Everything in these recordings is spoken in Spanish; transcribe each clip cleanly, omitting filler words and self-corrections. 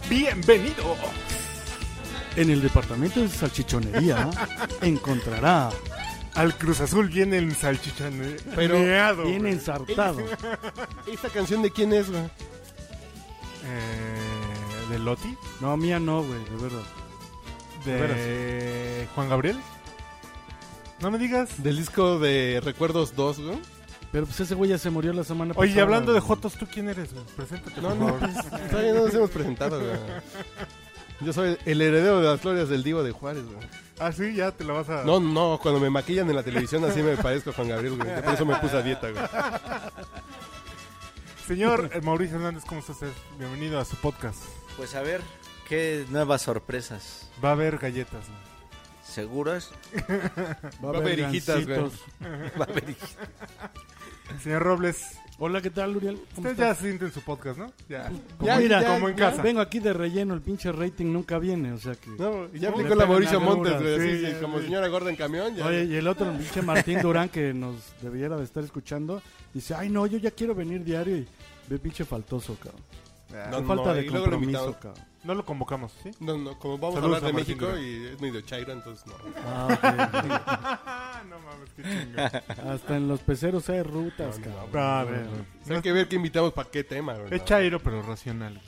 Bienvenido. En el departamento de salchichonería encontrará Al Cruz Azul viene el salchichón Pero meado, bien güey. ensartado. ¿Esta canción de quién es, güey? ¿De Loti? No, mía no, güey, de verdad. ¿De Juan Gabriel? No me digas. Del disco de Recuerdos 2, güey. Pero pues ese güey ya se murió la semana pasada. Oye, y hablando de güey. Jotos, ¿tú quién eres, güey? Preséntate, No, por no, favor. pues, todavía no nos hemos presentado, güey. Yo soy el heredero de las glorias del Divo de Juárez, güey. Ah, sí, ya te la vas a... No, cuando me maquillan en la televisión así me parezco a Juan Gabriel, güey. Por eso me puse a dieta, güey. Señor Mauricio Hernández, ¿cómo está usted? Bienvenido a su podcast. Pues a ver, ¿qué nuevas sorpresas? Va a haber galletas, ¿no? ¿Seguras? Va a haber hijitas, güey. gancitos. Va a haber. Señor Robles, Hola, ¿qué tal, Uriel? ¿Cómo usted estás? ya se siente en su podcast, ¿no? Ya. Ya, Mira, ya, como en ya. casa. Vengo aquí de relleno, el pinche rating nunca viene, o sea que... No, ya No, aplicó le la pegan Mauricio la Montes, dura, güey. sí, Así, ya, como sí. señora gorda en camión. Ya. Oye, y el otro, el pinche Martín Durán, que nos debiera de estar escuchando, dice, ay no, yo ya quiero venir diario y ve pinche faltoso, cabrón. No, Falta de y luego lo compromiso, invitamos. cabrón. No lo convocamos, ¿sí? No, como vamos Saludos a hablar de a Martín México Durán. y es medio chairo, entonces no. Ah, ok. Ah, no mames, qué chingón. Hasta en los peceros hay rutas, cabrón. A ver, Hay que ver qué invitamos para qué tema, güey. es chairo, pero racional.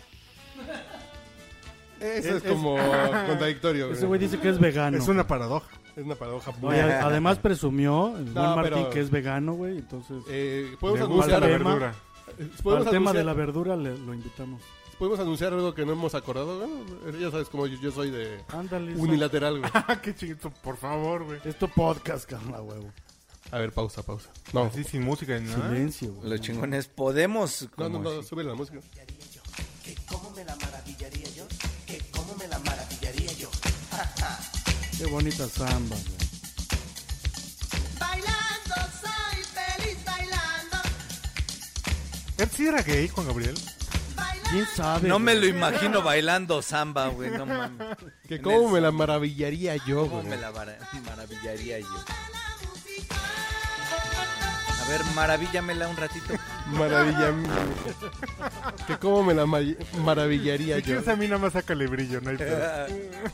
Eso es como contradictorio, güey. Ese güey dice que es vegano. Es una paradoja. Es una paradoja. No, y además presumió el buen No, Martín pero- que es vegano, güey, entonces... podemos Me gusta anunciar la el tema. verdura. Para ¿Podemos el tema de anunciar- la verdura lo invitamos. ¿Podemos anunciar algo que no hemos acordado, güey? Ya sabes cómo yo soy de Ándale. unilateral, güey. Ah, qué chingito, por favor, güey. Esto podcast, cabrón, a huevo. A ver, pausa. No, Así sin música ni nada. Silencio, güey. Lo chingón es, podemos... no, como sube la música. Que cómo me la maravillaría yo, que cómo me la maravillaría yo. Qué bonita samba, güey. Bailando, soy feliz bailando. ¿Él sí era gay, Juan Gabriel? ¿Quién sabe? No me lo güey? imagino bailando samba, güey, no mames. Que En cómo el- me la maravillaría yo, ¿Cómo güey. me la maravillaría yo? A ver, maravíllamela un ratito. Maravilla. Que cómo me la maravillaría Si yo. quieres a mí nada más sácale brillo, no hay pedo.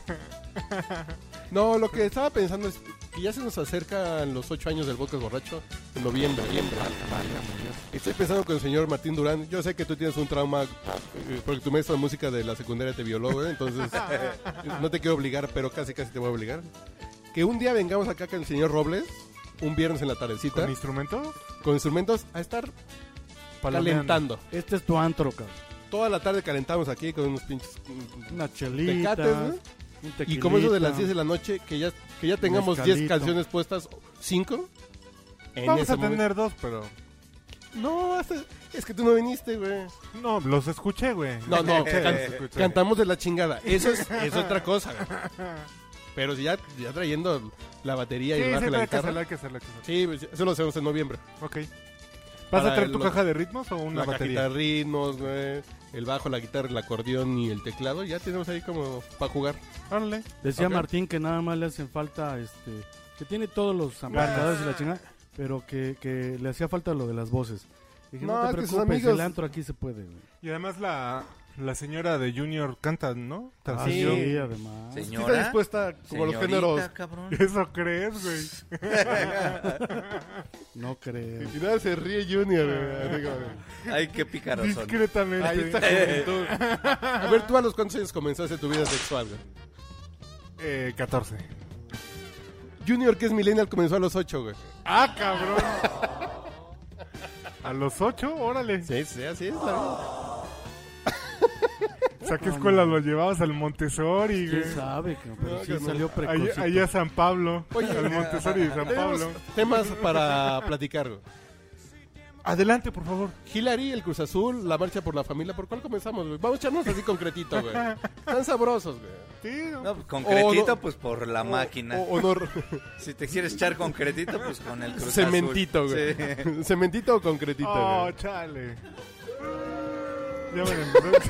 No, lo que estaba pensando es que ya se nos acercan los 8 años del podcast borracho en noviembre. Estoy pensando con el señor Martín Durán. Yo sé que tú tienes un trauma porque tu maestro de música de la secundaria te violó, güey. Entonces, no te quiero obligar, pero casi te voy a obligar. Que un día vengamos acá con el señor Robles, un viernes en la tardecita, ¿Con instrumento? con instrumentos, a estar Palomeando. calentando. Este es tu antro, cabrón. Toda la tarde calentamos aquí con unos pinches Una chelita. tecates, güey. un Y tequilita. como eso de las 10 de la noche, que ya tengamos 10 Mezcalito. canciones puestas, 5. Vamos a tener dos, pero... No, es que tú no viniste, güey. No, los escuché, güey. No, Los escuché. cantamos de la chingada. Eso es otra cosa, güey. Pero si ya trayendo la batería y Sí, el bajo sí, y la hay que guitarra. hacerlo, hay que hacerlo. Sí, pues, eso lo hacemos en noviembre. Ok. ¿Vas Para a traer tu el- caja de ritmos o una La cajita batería? de ritmos, güey. El bajo, la guitarra, el acordeón y el teclado. Ya tenemos ahí como para jugar. Órale. Decía Ok. Martín que nada más le hacen falta, que tiene todos los amplificadores y la chingada, pero que le hacía falta lo de las voces. Dije, no, No, te es que sus preocupes, amigos- el antro aquí se puede, güey. Y además la señora de Junior canta, ¿no? Ah, Tarcisio. sí, además. Sí, está Señora. dispuesta como los Señorita, géneros. cabrón. ¿Eso crees, güey? No creo. Y nada, se ríe Junior, güey. Así como- Ay, qué pícaros son. Discretamente. Ahí está juventud. A ver, ¿tú a los cuántos años comenzaste tu vida sexual, güey? 14. Junior, que es millennial, comenzó a los 8, güey. ¡Ah, cabrón! ¿A los 8? Órale. Sí, así es la vida. O sea, ¿qué escuela lo llevabas? Al Montessori, güey. ¿Quién sabe? cabrón? Pero No, sí que no. salió Allá precoz. a San Pablo. Oye, al Montessori de San Tenemos Pablo. temas para platicar, güey. Adelante, por favor. Hillary, el Cruz Azul, la marcha por la familia. ¿Por cuál comenzamos, güey? Vamos a echarnos así concretito, güey. Están sabrosos, güey. Sí, No, pues, concretito, O no- pues por la máquina. O no, Si te quieres echar concretito, pues con el Cruz cementito, Azul. güey. Sí. ¿Cementito o concretito, Oh, güey? chale. Ya me enamoré.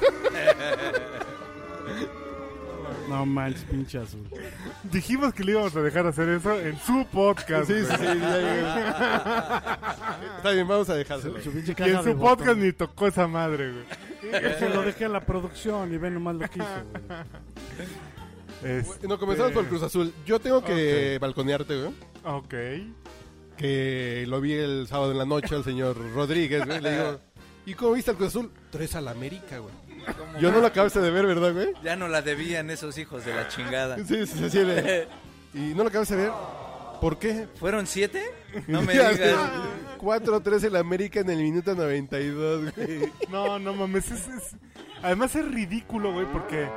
No manches, pinche azul. Dijimos que le íbamos a dejar hacer eso en su podcast. Sí, sí, güey. sí. Ya, está bien, vamos a dejárselo. Su pinche Y caja en de su botón. podcast ni tocó esa madre, güey. Se lo dejé a la producción y ven nomás lo que hizo, güey. No, comenzamos por el Cruz Azul. Yo tengo que balconearte, güey. Ok. Que lo vi el sábado en la noche al señor Rodríguez, güey. Le digo, ¿y cómo viste al Cruz Azul? 3 al América, güey. Yo no lo acabaste de ver, ¿verdad, güey? Ya no la debían esos hijos de la chingada. Sí, sí, sí. Y no lo acabaste de ver. ¿Por qué? ¿Fueron 7? No me digas. 4-3 el América en el minuto 92, güey. No mames, además es ridículo, güey, porque...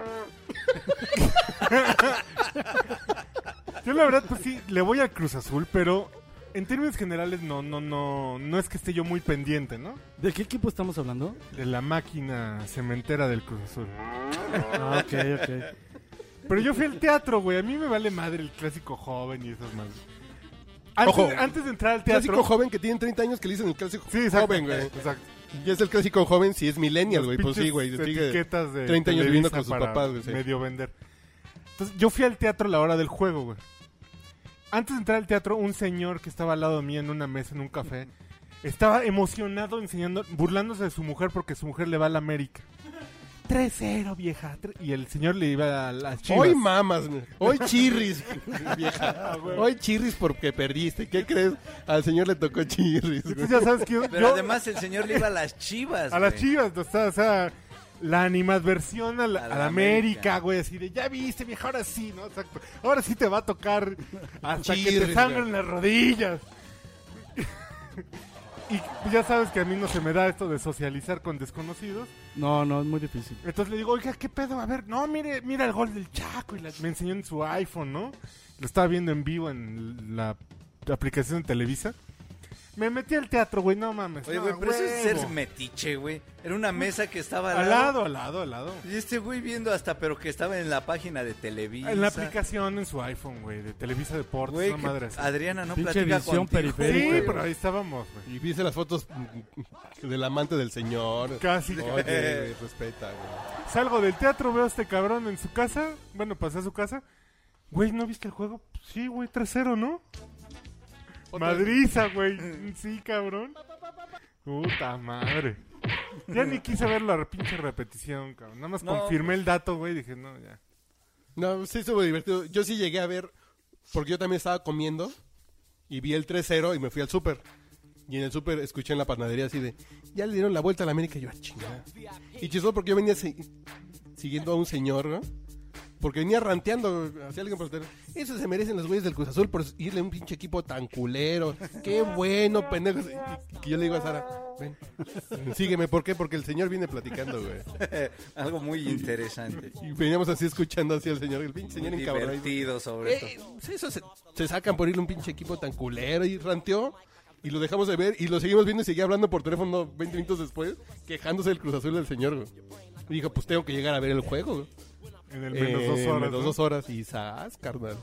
Yo la verdad, pues sí, le voy al Cruz Azul, pero en términos generales no es que esté yo muy pendiente, ¿no? ¿De qué equipo estamos hablando? De la máquina cementera del Cruz Azul. Ah, ok. Pero yo fui al teatro, güey, a mí me vale madre el clásico joven y esas madres. Ojo. Antes de entrar al teatro... Clásico joven que tiene 30 años que le dicen el clásico Sí, exacto, joven, güey. exacto. Y es el clásico joven si es millennial, Los güey. Pues sí, pinches güey. Sigue etiquetas de 30 años viviendo Televisa con sus para papás, güey. Sí. medio vender. Entonces, yo fui al teatro a la hora del juego, güey. Antes de entrar al teatro, un señor que estaba al lado de mí en una mesa, en un café, estaba emocionado burlándose de su mujer porque su mujer le va a la América. 3-0, vieja. Y el señor le iba a las Chivas. Hoy mamas, güey. Hoy chirris, vieja. Hoy chirris porque perdiste. ¿Qué crees? Al señor le tocó chirris, güey. Entonces, ya sabes que Pero además el señor le iba a las Chivas, a las güey. Chivas, o sea, la animadversión a la la América, América. güey, así de, ya viste, vieja, ahora sí, ¿no? Exacto. Ahora sí te va a tocar hasta que te Chirris, sangren güey. las rodillas. Y ya sabes que a mí no se me da esto de socializar con desconocidos. No, es muy difícil. Entonces le digo, oiga, ¿qué pedo? A ver, no, mira el gol del Chaco. Y me enseñó en su iPhone, ¿no? Lo estaba viendo en vivo en la aplicación de Televisa. Me metí al teatro, güey, no mames. Oye, no, güey, pero eso es ser huevo. metiche, güey. Era una mesa que estaba Al lado. Y este güey viendo hasta, pero que estaba en la página de Televisa. En la aplicación en su iPhone, güey, de Televisa Deportes, Güey, una que madre así. Adriana no Pinche platica visión contigo. periférica. Sí, güey. pero ahí estábamos, güey. Y viste las fotos del amante del señor. Casi. Oye, güey, respeta, güey. Salgo del teatro, veo a este cabrón en su casa. Bueno, pasé a su casa. Güey, ¿no viste el juego? Sí, güey, 3-0, ¿no? Madriza, güey. Sí, cabrón. Puta madre. Ya ni quise ver la pinche repetición, cabrón. Nada más No, confirmé el dato, güey. Dije, no, ya. No, sí estuvo divertido. Yo sí llegué a ver, porque yo también estaba comiendo y vi el 3-0 y me fui al súper. Y en el súper escuché en la panadería así de, ya le dieron la vuelta a la América. Y yo, chingada. Y chistoso porque yo venía siguiendo a un señor, ¿no? Porque venía ranteando hacia alguien por el teléfono. Eso se merecen los güeyes del Cruz Azul por irle a un pinche equipo tan culero. Qué bueno, pendejos. Y yo le digo a Sara, ven, sígueme. ¿Por qué? Porque el señor viene platicando, güey. Algo muy interesante. Y veníamos así escuchando así al señor. El pinche señor Muy encabronado. divertido sobre esto. Eso se sacan por irle a un pinche equipo tan culero. Y ranteó. Y lo dejamos de ver. Y lo seguimos viendo y seguía hablando por teléfono 20 minutos después. Quejándose del Cruz Azul del señor, güey. Y dijo, pues tengo que llegar a ver el juego, güey. En el menos 2 horas. Menos ¿no? 2 horas y ¡zas, carnal!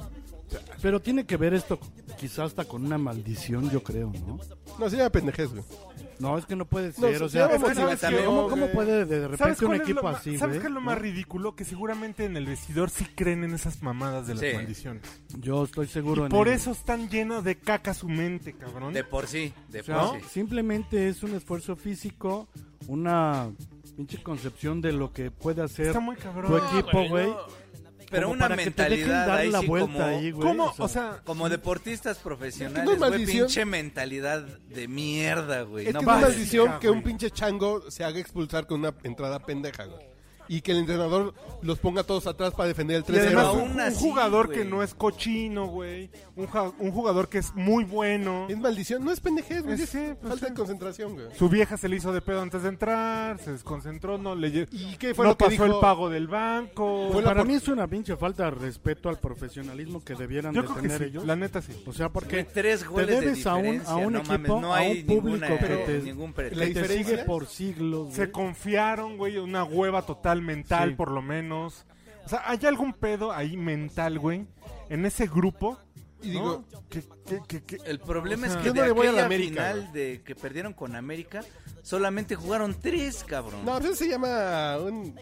Pero tiene que ver esto quizás hasta con una maldición, yo creo, ¿no? No, se llama pendejez, güey. No, es que no puede No, ser, o se sea, llama motivación, ¿cómo güey. puede de ¿Sabes repente un cuál es equipo lo así, ¿Sabes güey? qué es lo más ¿no? ridículo? Que seguramente en el vestidor sí creen en esas mamadas de las Sí. maldiciones. Yo estoy seguro Y en por ello. eso están llenos de caca su mente, cabrón. De por sí, de O por sea, sí. simplemente es un esfuerzo físico, una pinche concepción de lo que puede hacer Está muy tu cabrón. equipo, güey. Pero como una para que te dejen mentalidad dar ahí la sí vuelta como... ahí, güey. ¿Cómo? O sea, Como deportistas Es profesionales, que no es güey, maldición. pinche mentalidad de mierda, güey. Es No que no es mames. maldición que un güey. pinche chango se haga expulsar con una entrada pendeja, güey. Y que el entrenador los ponga todos atrás para defender el y además 3-0. aún un así, jugador güey. que no es cochino, güey. Un jugador que es muy bueno. Es maldición, no es pendejez, güey. Sí, Es pues falta sí. de concentración, güey. Su vieja se le hizo de pedo antes de entrar, se desconcentró, no le ¿Y qué fue no lo que pasó dijo? el pago del banco. Fue la Para por- mí es una pinche falta de respeto al profesionalismo que debieran Yo de creo que tener sí, ellos. la neta sí. O sea, porque Güey, 3 te goles de debes a un diferencia, no equipo, mames, no a hay un público ninguna, que te, ningún la que pretexto. te diferencia- sigue por siglos. Se güey. confiaron, güey, una hueva total mental, Sí. por lo menos. O sea, ¿hay algún pedo ahí mental, güey? En ese grupo. Y ¿no? digo, que El problema O sea, es que yo de no le voy a la aquella América, final de que perdieron con América, solamente jugaron 3, cabrón. no, pues eso se llama un...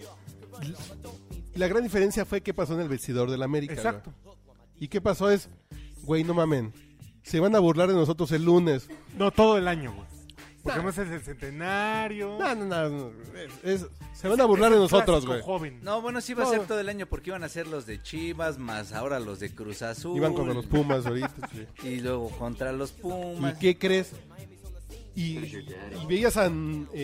La gran diferencia fue qué pasó en el vestidor del América, exacto. güey. Y qué pasó es, güey, no mamen, se van a burlar de nosotros el lunes. No, todo el año, güey. Porque no es el centenario. No. Se van a burlar de nosotros, güey. Joven. No, bueno, sí iba a ser todo el año porque iban a ser los de Chivas, más ahora los de Cruz Azul. Iban contra los Pumas ahorita. Sí. Y luego contra los Pumas. ¿Y qué crees? Y veías a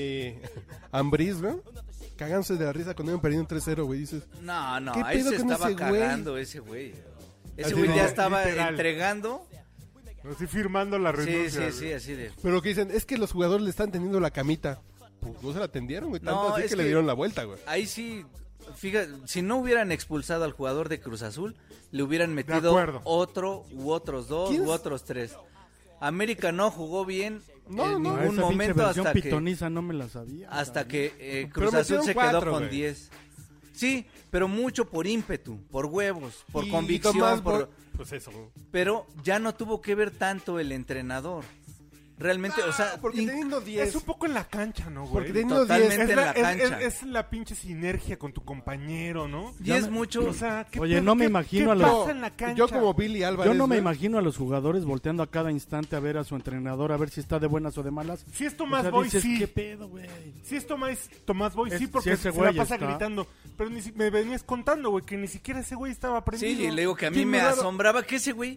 Ambriz, güey, cagándose de la risa cuando iban perdiendo 3-0, güey. Dices, No, ¿qué ahí pedo se con estaba ese güey? cagando ese güey. Ese Así güey de- ya estaba literal. entregando. Así firmando la Sí, renuncia. sí, así de... pero que dicen, es que los jugadores le están tendiendo la camita. Pues no se la tendieron, güey. Tanto No, así es que le que- dieron la vuelta, güey. Ahí sí, fíjate, si no hubieran expulsado al jugador de Cruz Azul, le hubieran metido acuerdo. otro u otros dos ¿Quién u es? otros tres. América no jugó bien No, en no. ningún Esa pinche momento versión hasta que pitoniza no me la sabía. Cruz Azul metieron se 4, quedó con güey. 10. Sí, pero mucho por ímpetu, por huevos, por Y convicción, Tomás por... Pues eso, güey. pero ya no tuvo que ver tanto el entrenador. Realmente, o sea, porque teniendo 10. Es un poco en la cancha, ¿no, güey? Porque teniendo Totalmente 10. es en la, la cancha. es la pinche sinergia con tu compañero, ¿no? y es mucho... O sea, ¿qué Oye, pedo? no me ¿Qué- imagino qué a los- pasa en la cancha? Yo como Billy Álvarez. Yo no me güey, imagino a los jugadores volteando a cada instante a ver a su entrenador, a ver si está de buenas o de malas. Si es O Tomás sea, Boy, dices, sí. ¿qué pedo, güey? Si es Tomás Boy, Es- sí, porque si ese se la güey pasa está- gritando. Pero me venías contando, güey, que ni siquiera ese güey estaba prendido. Sí, y le digo que a mí Qué me raro. asombraba que ese güey,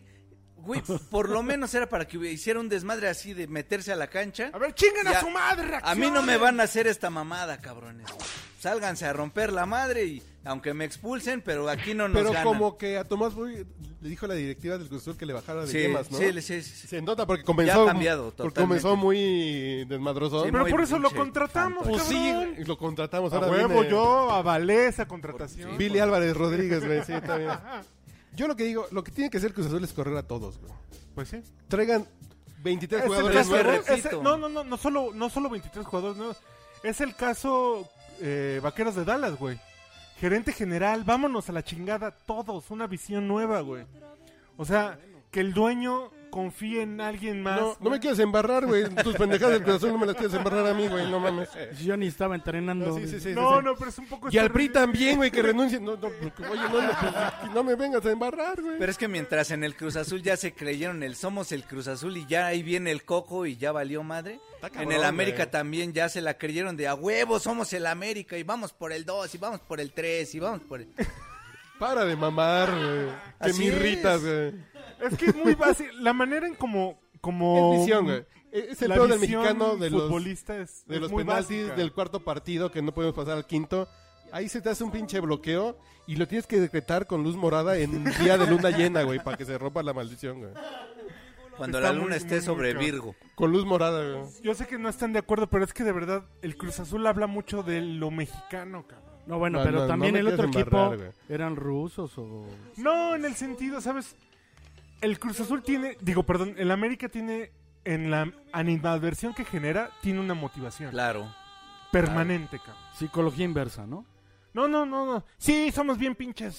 por lo menos era para que hiciera un desmadre así de meterse a la cancha. A ver, chingan a Ya, su madre, A mí no me reaccionen. van a hacer esta mamada, cabrones. Sálganse a romper la madre y aunque me expulsen, pero aquí no nos Pero ganan. como que a Tomás Boy le dijo la directiva del Cruz Azul que le bajara de Sí, yemas, ¿no? sí. Se nota porque comenzó. Ya ha cambiado porque totalmente. comenzó muy desmadroso. Sí, Pero muy por eso lo pinche contratamos, fantoche. Pues sí, cabrón. y lo contratamos. A Ahora huevo, viene yo avalé esa contratación. Billy Álvarez Rodríguez, güey. Sí, está bien. Yo lo que digo, lo que tiene que hacer Cruz Azul es correr a todos, güey. Pues sí. Traigan 23 Es el jugadores caso, nuevos. repito. no solo 23 jugadores nuevos. Es el caso Vaqueros de Dallas, güey. Gerente general, vámonos a la chingada todos, una visión nueva, güey. O sea, que el dueño confíe en alguien más. No me quieres embarrar, güey. Tus pendejadas del Cruz Azul no me las quieres embarrar a mí, güey. No mames. Yo ni estaba entrenando. Sí. No, pero es un poco... Y al PRI también, güey, que renuncie. No, porque, oye, pues, no me vengas a embarrar, güey. Pero es que mientras en el Cruz Azul ya se creyeron el somos el Cruz Azul y ya ahí viene el Coco y ya valió madre. cabrón, en el América güey. también ya se la creyeron de a huevo somos el América y vamos por el 2 y vamos por el 3 y vamos por el... Para de mamar, güey. Que Así me irritas, es. güey. Es que es muy básico. La manera en como... Es visión, güey. Es el la peor del visión mexicano de los, futbolista es de los muy penaltis básica. del cuarto partido que no podemos pasar al quinto. Ahí se te hace un pinche bloqueo y lo tienes que decretar con luz morada en un día de luna llena, güey, para que se rompa la maldición, güey. Cuando Está la luna muy, esté muy, sobre muy Virgo. Con luz morada, güey. Yo sé que no están de acuerdo, pero es que de verdad el Cruz Azul habla mucho de lo mexicano, cabrón. No, bueno, No, pero no, también no me el otro quieres equipo embarrar, güey. eran rusos o... No, en el sentido, ¿sabes? El Cruz Azul tiene, el América tiene, en la animadversión que genera, tiene una motivación Claro. permanente, cabrón. Psicología inversa, ¿no? No. Sí, somos bien pinches,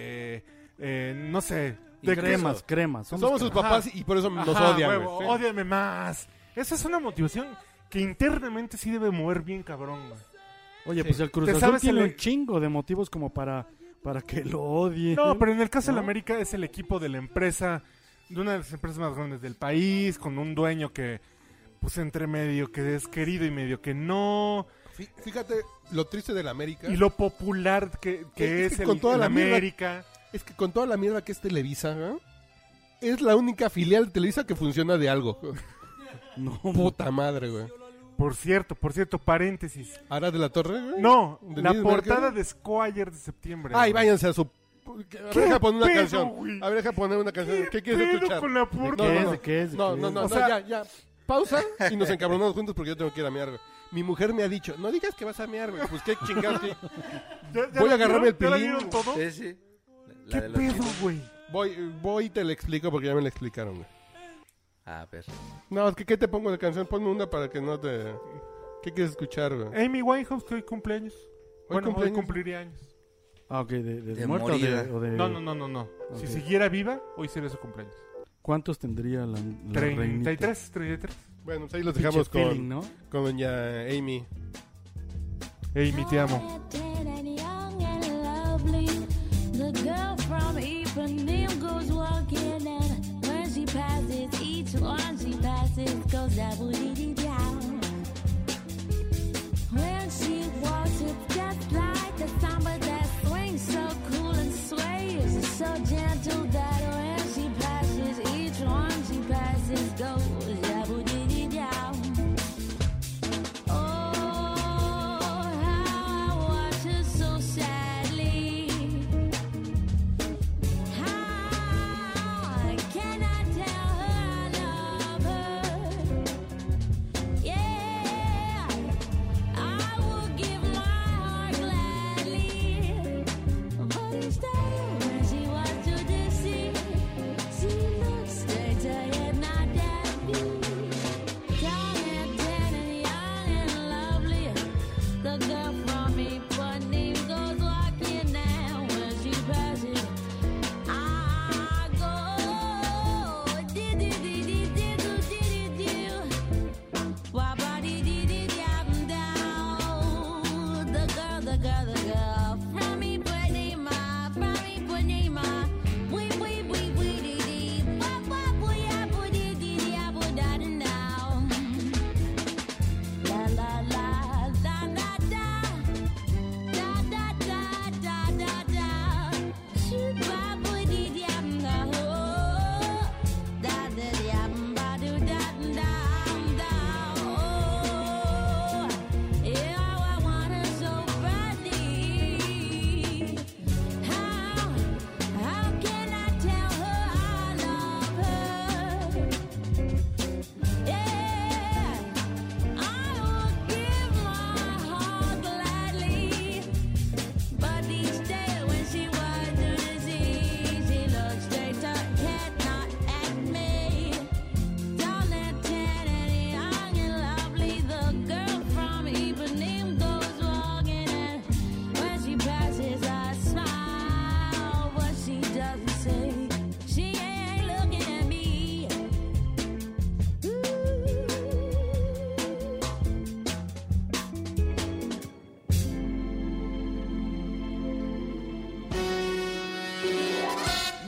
no sé. Y Cremas. Somos sus papás y por eso nos Ajá, odian, huevo, güey. ódiame más. Esa es una motivación que internamente sí debe mover bien, cabrón, güey. Oye, pues el Cruz ¿Te Azul sabes tiene el- un chingo de motivos como para que lo odien. No, pero en el caso del ¿No? América es el equipo de la empresa, de una de las empresas más grandes del país, con un dueño que, pues entre medio que es querido y medio que no, Fíjate lo triste de la América. y lo popular que Es es que el, con toda el la mierda- América. Es que con toda la mierda que es Televisa, ¿no? Es la única filial de Televisa que funciona de algo. No, Puta madre, güey. Por cierto, paréntesis. ¿Ara de la Torre, güey? No, ¿De la Luis portada Merkel? de Squire de septiembre. Ay, güey. váyanse a su... A ver, deja poner una pedo, canción. güey? A ver, deja poner una canción. ¿Qué quieres pedo escuchar? con la ¿De portada? qué no, es? no. ¿De qué es? ¿De No, qué no, es? no, O no, sea- ya. Pausa y nos encabronamos juntos porque yo tengo que ir a mear, güey. Mi mujer me ha dicho, no digas que vas a mear, güey. Pues qué chingados. ¿Ya Voy la a agarrarme el vieron? ¿Ya la pilín. vieron todo? Sí, sí. La ¿Qué de los pedo, chismes. güey? Voy y te lo explico porque ya me lo explicaron, güey. A ver. No, es que ¿qué te pongo de canción? Ponme una para que no te... ¿Qué quieres escuchar, güey? Amy Winehouse, que hoy cumpleaños. Bueno, cumpleaños. hoy cumpliría años. Ah, ok, de De muerto morida. o de... No. Ok. Si siguiera viva, hoy sería su cumpleaños. ¿Cuántos tendría la reinita? 33. Bueno, pues ahí los Pinche dejamos feeling, ¿no? con doña Amy. Amy, te amo. The girl from Ipanema goes walking, and when she passes, each one she passes goes down.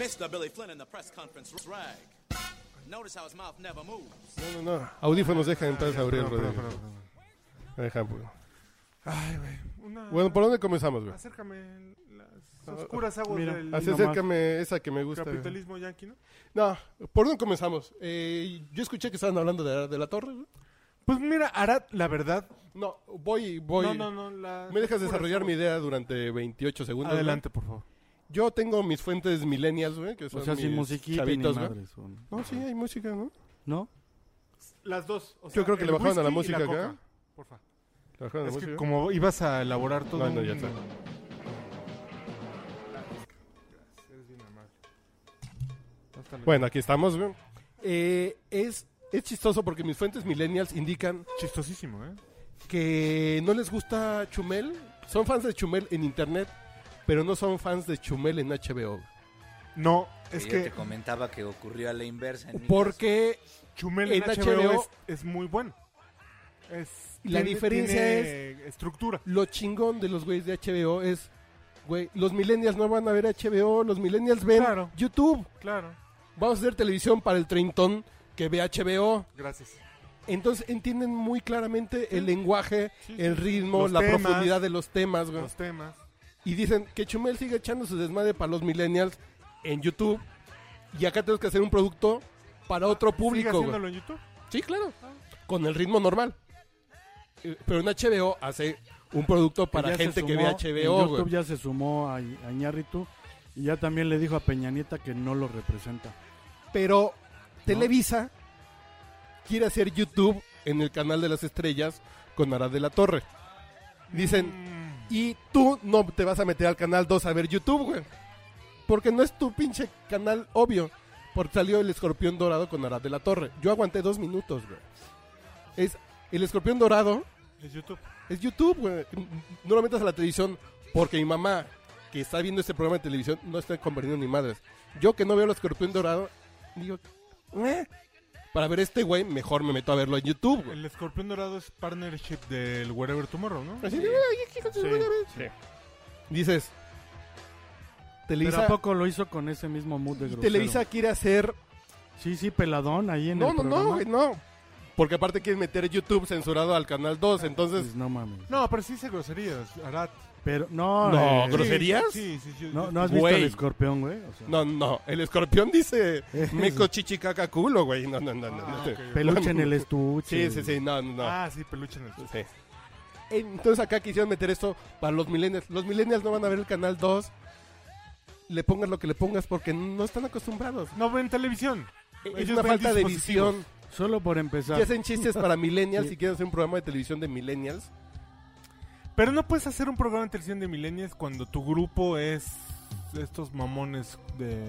Mr. Billy Flynn in the press conference rag. Notice how his mouth never moves. No. Audífonos dejan en paz a Auriel Perdón, Rodríguez. Dejan, pues. Ay, güey. Bueno, ¿por dónde comenzamos, güey? Acércame las oscuras aguas Mira, del Así acércame esa que me gusta. capitalismo yanqui, ¿no? No, ¿por dónde comenzamos? Yo escuché que estaban hablando de la torre, güey. Pues mira, Arad, la verdad... No, voy. No. ¿Me dejas desarrollar mi idea durante 28 segundos? Adelante, por favor. Güey? Yo tengo mis fuentes millennials, güey, que son O sea, sin mis musiquita chavitos, ni güey. madres. ¿O no? No, sí, hay música, ¿no? ¿No? Las dos. O Yo creo que el le bajaron a la whisky y música coca, acá. Porfa. ¿Le bajaron la Es que música? como ibas a elaborar todo No, ya está. Eres bien amable. Bueno, aquí estamos, güey. Es chistoso porque mis fuentes millennials indican Chistosísimo, ¿eh? que no les gusta Chumel. Son fans de Chumel en internet, pero no son fans de Chumel en HBO. No, es Yo que te comentaba que ocurrió a la inversa. En mi Porque Chumel en en HBO HBO es muy bueno. La diferencia tiene estructura. lo chingón de los güeyes de HBO es, güey, los millennials no van a ver HBO, los millennials ven Claro. YouTube. Claro. Vamos a hacer televisión para el treintón que ve HBO. Gracias. Entonces entienden muy claramente el lenguaje, Sí, el sí. ritmo, Los la temas. profundidad de los temas, güey. Los temas. Y dicen que Chumel sigue echando su desmadre para los millennials en YouTube. Y acá tenemos que hacer un producto para otro ¿Sigue público, güey. haciéndolo en YouTube? Sí, claro. Con el ritmo normal. Pero en HBO hace un producto para ya se gente que sumó, ve en HBO, YouTube güey. ya se sumó a Iñárritu y ya también le dijo a Peña Nieta que no lo representa. Pero Televisa quiere hacer YouTube en el canal de las estrellas con Arad de la Torre. Dicen, y tú no te vas a meter al canal 2 a ver YouTube, güey. Porque no es tu pinche canal obvio. Porque salió el Escorpión Dorado con Arad de la Torre. Yo aguanté 2 minutos, güey. Es el Escorpión Dorado. Es YouTube. Es YouTube, güey. No lo metas a la televisión porque mi mamá, que está viendo este programa de televisión, no está comprendiendo ni madres. Yo que no veo el Escorpión Dorado, digo, para ver este güey, mejor me meto a verlo en YouTube, güey. El Escorpión Dorado es partnership del Wherever Tomorrow, ¿no? Así, Sí. dices, Pero Televisa, ¿a poco lo hizo con ese mismo mood de grosero? Televisa quiere hacer... Sí, peladón ahí en No, el no, programa. no, güey, no. Porque aparte quieren meter YouTube censurado al canal 2, entonces... Pues no mames. No, pero sí dice groserías, Arad. Pero no, No, ¿groserías? Sí. No has visto Güey. el escorpión, güey. O sea, No, el Escorpión dice meco chichi caca culo, güey. No. peluche en el estuche. Sí, no. Ah, sí, peluche en el Sí. Entonces acá quisieron meter esto para los millennials. Los millennials no van a ver el canal 2. Le pongas lo que le pongas porque no están acostumbrados. No ven televisión. Es Ellos una ven falta de dispositivos. visión. Solo por empezar. Y hacen chistes para millennials Sí. y quieren hacer un programa de televisión de millennials. Pero no puedes hacer un programa de televisión de millennials cuando tu grupo es estos mamones de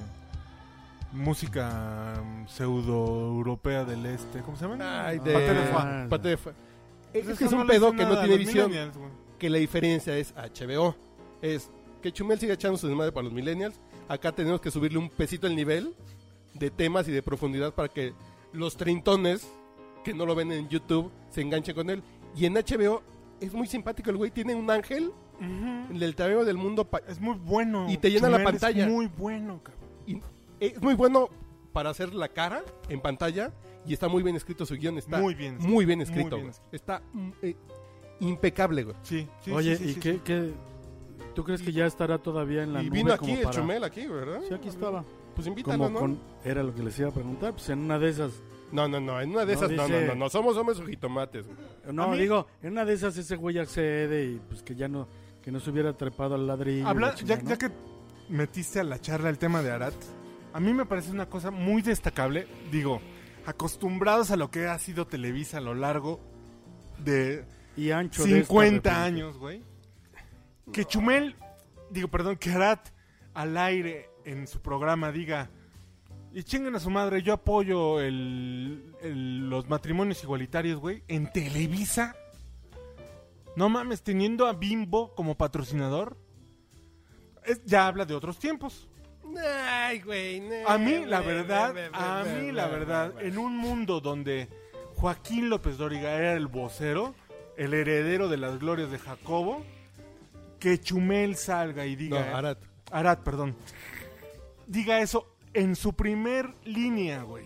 música pseudo europea del este. ¿Cómo se llaman? Ay, Paté de Ah, foie. Paté de foie. Es Pues que es eso un no le pedo dice que no nada a tiene los visión. millennials, güey. Que la diferencia es HBO. Es que Chumel sigue echando su desmadre para los millennials. Acá tenemos que subirle un pesito el nivel de temas y de profundidad para que los treintones que no lo ven en YouTube se enganchen con él. Y en HBO es muy simpático el güey. Tiene un ángel Ujú. del tamaño del mundo. Es muy bueno. Y te llena la Chumel pantalla. Es muy bueno, cabrón. Y es muy bueno para hacer la cara en pantalla. Y está muy bien escrito su guión. Está Muy bien muy bien muy escrito. bien güey. Está impecable, güey. Sí. Oye, sí, ¿y sí, qué, sí. qué? ¿Tú crees que ya estará todavía en la Y nube vino como aquí el para... Chumel, aquí, ¿verdad? Sí, aquí estaba. Pues invítalo, Como ¿no? con... Era lo que les iba a preguntar. Pues en una de esas... No, en una de No, esas, dice- no, somos hombres o jitomates. güey. No, A mí- digo, en una de esas ese güey accede y pues que ya no... Que no se hubiera trepado al ladrillo. Habla- la chingada, ya que metiste a la charla el tema de Arad, a mí me parece una cosa muy destacable. Digo, acostumbrados a lo que ha sido Televisa a lo largo de ¿no? Y ancho de esta 50 república. años, güey. Que Chumel, que Arad al aire en su programa diga, y chinguen a su madre, yo apoyo los matrimonios igualitarios, güey, en Televisa. No mames, teniendo a Bimbo como patrocinador, ya habla de otros tiempos. Ay, güey. A mí, la verdad, en un mundo donde Joaquín López Dóriga era el vocero, el heredero de las glorias de Jacobo, que Chumel salga y No, diga... Arad. Arad, perdón. diga eso en su primer línea, güey.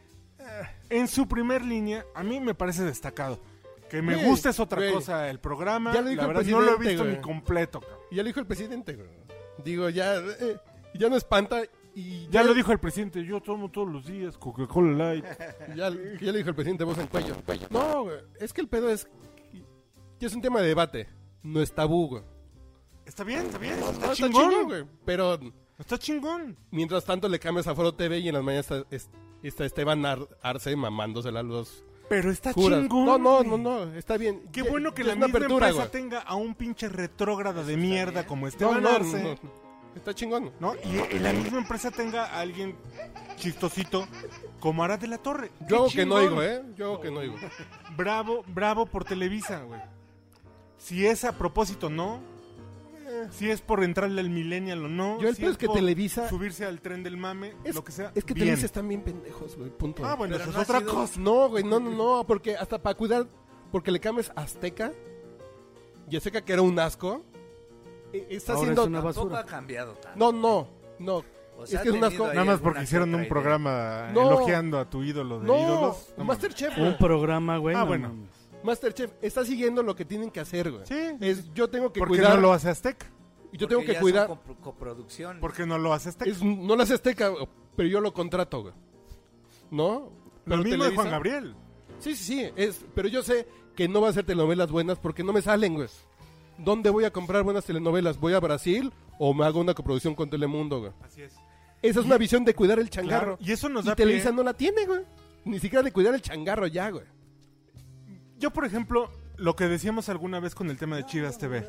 En su primer línea, a mí me parece destacado. Que me Güey, gusta es otra güey. cosa, el programa. Ya lo dijo La el verdad, no lo he presidente, visto güey. ni completo, cabrón. Y ya lo dijo el presidente, güey. Digo, ya no espanta y Ya lo dijo el presidente, yo tomo todos los días Coca-Cola Light. Ya lo dijo el presidente, voz en cuello. No, güey, es que el pedo es que es un tema de debate, no es tabú, güey. Está bien, está bien. No, Está está chingón, chingón, güey. Pero Está chingón. mientras tanto le cambias a Foro TV y en las mañanas está Esteban Arce mamándosela a los Pero está curas. chingón. No, está bien. Qué Ya- bueno que ya la es una misma apertura, empresa güey. tenga a un pinche retrógrada de mierda como No, Esteban no, Arce. no. Está chingón. ¿No? Y la misma empresa tenga a alguien chistosito como Arad de la Torre. Yo ¡Qué hago que no chingón! digo, ¿eh? Yo hago que no digo. Bravo por Televisa, güey. Si es a propósito, no. Si es por entrarle al millennial o no. Yo el si pedo es que por Televisa- subirse al tren del mame, lo que sea. Es que bien. Televisa están bien pendejos, güey, punto. Ah, bueno, Pero eso no es ha otra sido- cosa. No, güey, no, porque hasta para cuidar, porque le cambias a Azteca, y Azteca que era un asco, está Ahora haciendo... es una Tampoco basura. ha cambiado tanto. No, O es sea, que es un ha asco. tenido ahí Nada más alguna porque que hicieron otra un idea. programa No. elogiando a tu ídolo de no, ídolos. No, Masterchef, Un güey. programa, güey. Ah, no bueno. mames. Masterchef está siguiendo lo que tienen que hacer, güey. Sí. Yo tengo que ¿Por qué cuidar, no lo hace Azteca? y yo tengo Porque que ya cuidar, son coproducción. ¿Por qué no lo hace Azteca? no lo hace Azteca, pero yo lo contrato, güey. ¿No? Lo mismo de Televisa- Juan Gabriel. Sí, pero yo sé que no va a hacer telenovelas buenas porque no me salen, güey. ¿Dónde voy a comprar buenas telenovelas? ¿Voy a Brasil o me hago una coproducción con Telemundo, güey? Así es. Esa es una visión de cuidar el changarro. Claro, y eso nos Y da Televisa pie. no la tiene, güey. Ni siquiera de cuidar el changarro ya, güey. Yo, por ejemplo, lo que decíamos alguna vez con el tema de Chivas TV.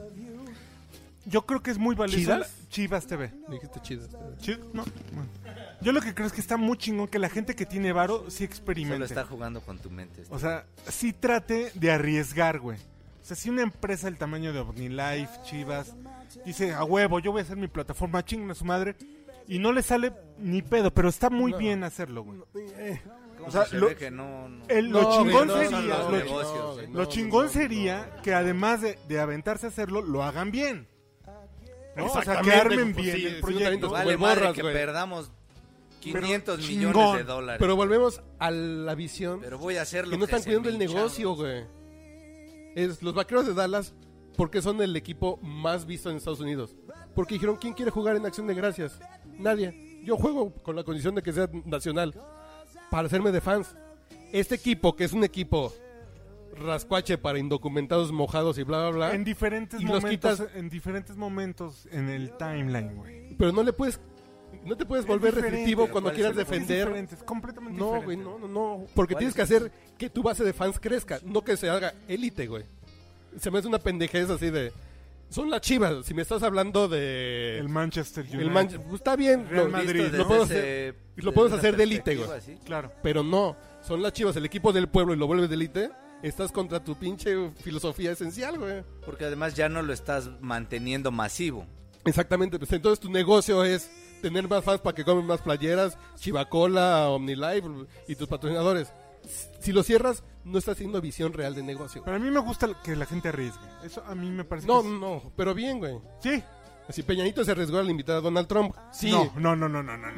Yo creo que es muy valioso. ¿Chivas? Chivas TV. Me dijiste chido. No. Bueno. Yo lo que creo es que está muy chingón que la gente que tiene varo sí Solo experimente. está jugando con tu mente. O sea, sí trate de arriesgar, güey. O sea, si una empresa del tamaño de OmniLife, Chivas, dice, a huevo, yo voy a hacer mi plataforma, chinguen a su madre, y no le sale ni pedo, pero está muy bien hacerlo, güey. ¿Cómo o sea, se lo- ve que no... Lo chingón güey, no son sería... los lo- negocios, güey, Lo chingón sería que además de aventarse a hacerlo, lo hagan bien. ¿No? O sea, que Exactamente, armen pues, bien sí, el sí, proyecto. no Vale Güey, madre borras, que güey. perdamos 500 Pero millones chingón. de dólares. Pero volvemos a la visión Pero voy a hacer lo que no están se cuidando el me hincha. negocio, güey. Los Vaqueros de Dallas, porque son el equipo más visto en Estados Unidos. Porque dijeron, ¿quién quiere jugar en Acción de Gracias? Nadie. Yo juego con la condición de que sea nacional. Para hacerme de fans. Este equipo, que es un equipo rascuache para indocumentados mojados y bla, bla, bla. En diferentes Y los momentos, quitas- en diferentes momentos en el timeline, güey. Pero no te puedes volver diferente, restrictivo pero cuando ¿cuál quieras es el defender. Es diferente, es completamente No, diferente. güey, no. Porque ¿Cuál tienes es que ese? hacer que tu base de fans crezca, no que se haga élite, güey. Se me hace una pendejez así de... Son las Chivas, si me estás hablando de... El Manchester United. Pues está bien, Real lo, Madrid. Visto lo podemos desde hacer, ese- lo podemos desde hacer una de élite, güey. perspectiva, ¿sí? Claro. Pero no, son las Chivas, el equipo del pueblo y lo vuelves de élite. Estás contra tu pinche filosofía esencial, güey. Porque además ya no lo estás manteniendo masivo. Exactamente, pues entonces tu negocio es tener más fans para que comen más playeras, Chivacola, OmniLife y tus patrocinadores. Si lo cierras, no estás haciendo visión real de negocio. Pero a mí me gusta que la gente arriesgue. Eso a mí me parece No, que es- no, pero bien, güey. Sí. Si Peñanito se arriesgó al invitar a Donald Trump, sí. No. No, no.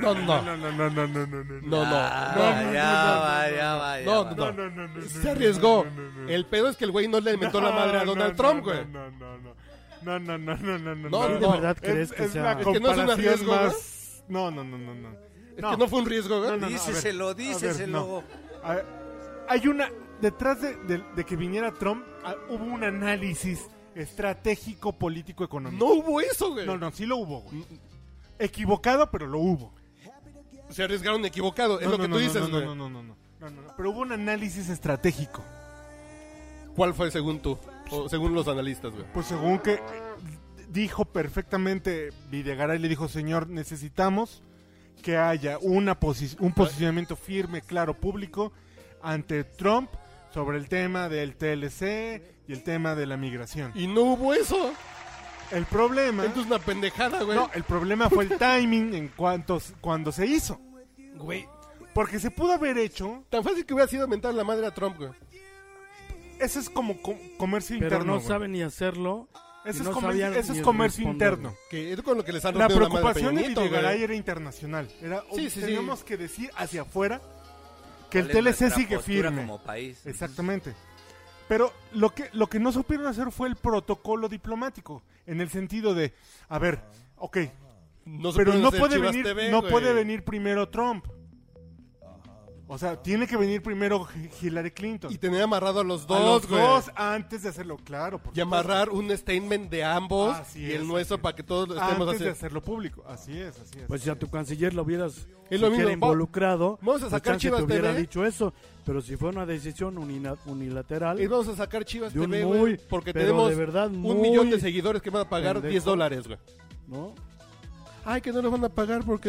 Se arriesgó. El pedo es que el güey no le inventó la madre a Donald Trump, güey. No. No, ¿De no. verdad crees que sea...? la Es que no es un comparación arriesgo, más... No. Es que no fue un riesgo, güey. No, a ver, Díceselo, a ver, díceselo. no. A ver, hay una... Detrás de que viniera Trump, hubo un análisis estratégico, político, económico. No hubo eso, güey. No, sí lo hubo, güey. Equivocado, pero lo hubo. Se arriesgaron equivocado, es lo que tú dices, güey. No. Pero hubo un análisis estratégico. ¿Cuál fue según tú? O según los analistas, güey. Pues según que dijo perfectamente Videgaray, le dijo, señor, necesitamos que haya un posicionamiento firme, claro, público ante Trump sobre el tema del TLC y el tema de la migración. Y no hubo eso. El problema... Esto es una pendejada, güey. No, el problema fue el timing en cuando se hizo. Güey, Porque se pudo haber hecho... tan fácil que hubiera sido mentar la madre a Trump, güey. Eso es como comercio Pero interno, no güey. sabe ni hacerlo Eso, no es, sabían eso ni es comercio responder. interno. Que es con lo que les han La rompido la madre a preocupación Peña de Nieto, Videgaray güey. era internacional. Era, Sí, sí, sí. teníamos que decir hacia afuera que el ¿Cuál es TLC nuestra sigue postura firme. como país? Exactamente. Pero lo que no supieron hacer fue el protocolo diplomático. En el sentido de, a ver, ok, No se pero pueden no hacer puede Chivas venir, TV, no güey. puede venir primero Trump. O sea, tiene que venir primero Hillary Clinton. Y tener amarrado a los A dos, los güey. dos antes de hacerlo, claro. por Y amarrar un statement de ambos Así y es, el nuestro así es. para que todos lo supuesto, estemos antes de haciendo. hacerlo público. Así es, así es. Pues si a tu canciller lo hubieras Es lo siquiera mismo. involucrado, Vamos a pues sacar chance Chivas te hubiera TV. dicho eso. Pero si fue una decisión unilateral, Y vamos a sacar Chivas de un TV, muy, güey, porque pero tenemos de verdad un muy millón de seguidores que van a pagar pendejo. $10, güey. ¿no? Ay, que no lo van a pagar porque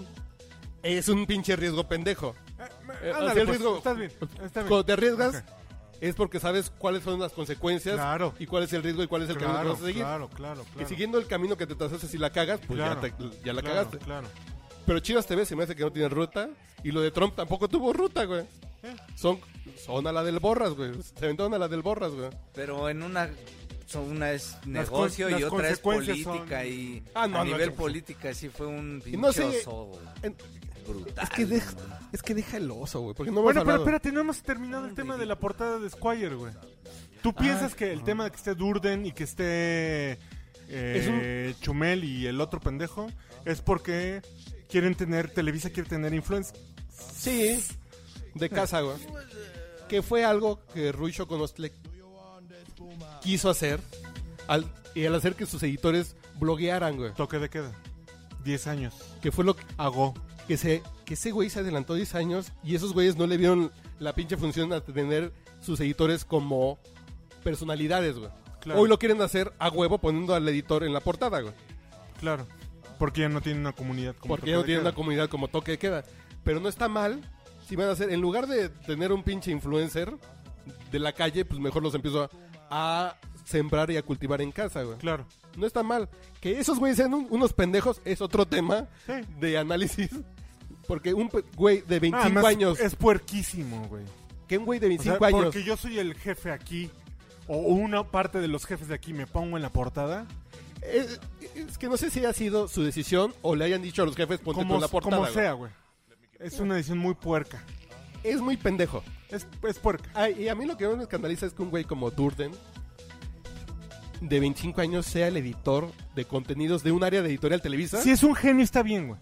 es un pinche riesgo pendejo. Ándale, así el pues, riesgo- estás bien, está bien. Cuando te arriesgas Ok. es porque sabes cuáles son las consecuencias Claro. y cuál es el riesgo y cuál es el camino que Claro, vas a seguir. claro, claro, Y claro. siguiendo el camino que te trazaste, si la cagas, pues Claro, ya la claro, cagaste. Claro. Pero Chivas TV se me hace que no tiene ruta. Y lo de Trump tampoco tuvo ruta, güey. Son a la del Borras, güey. Se aventaron a la del Borras, güey. Pero en una es negocio las y otra es consecuencias política. son- Y Ah, no, a no, nivel sí. política sí fue un Y no sé, pinche oso en- brutal. es que deja el oso, güey. Porque no Bueno, hemos pero hablado. espérate, no hemos terminado el tema de la portada de Squire, güey. ¿Tú piensas que el tema de que esté Durden y que esté Chumel y el otro pendejo es porque Televisa quiere tener influencia? Sí, de casa, güey. Que fue algo que Rui Choconostle quiso hacer y al hacer que sus editores bloguearan, güey. Toque de queda. 10 años. Que fue lo que Hago. que ese güey se adelantó 10 años y esos güeyes no le vieron la pinche función a tener sus editores como personalidades, güey. Claro. Hoy lo quieren hacer a huevo poniendo al editor en la portada, güey. Claro. Porque ya no tiene una comunidad como Porque Toque ya no de tienen Queda. una comunidad como toque de queda. Pero no está mal si van a hacer, en lugar de tener un pinche influencer de la calle, pues mejor los empiezo a sembrar y a cultivar en casa, güey. Claro. No está mal. Que esos güeyes sean unos pendejos es otro tema Sí. de análisis. Porque un güey de 25 Además, años, es puerquísimo, güey. que un güey de O 25 sea, años, porque yo soy el jefe aquí, o una parte de los jefes de aquí me pongo en la portada. es que no sé si ha sido su decisión o le hayan dicho a los jefes ponte tú Como, en la portada. como güey. sea, güey. Es una edición muy puerca. Es muy pendejo. Es puerca. Ay, y a mí lo que más me escandaliza es que un güey como Durden, de 25 años, sea el editor de contenidos de un área de editorial Televisa. Si es un genio, está bien, güey.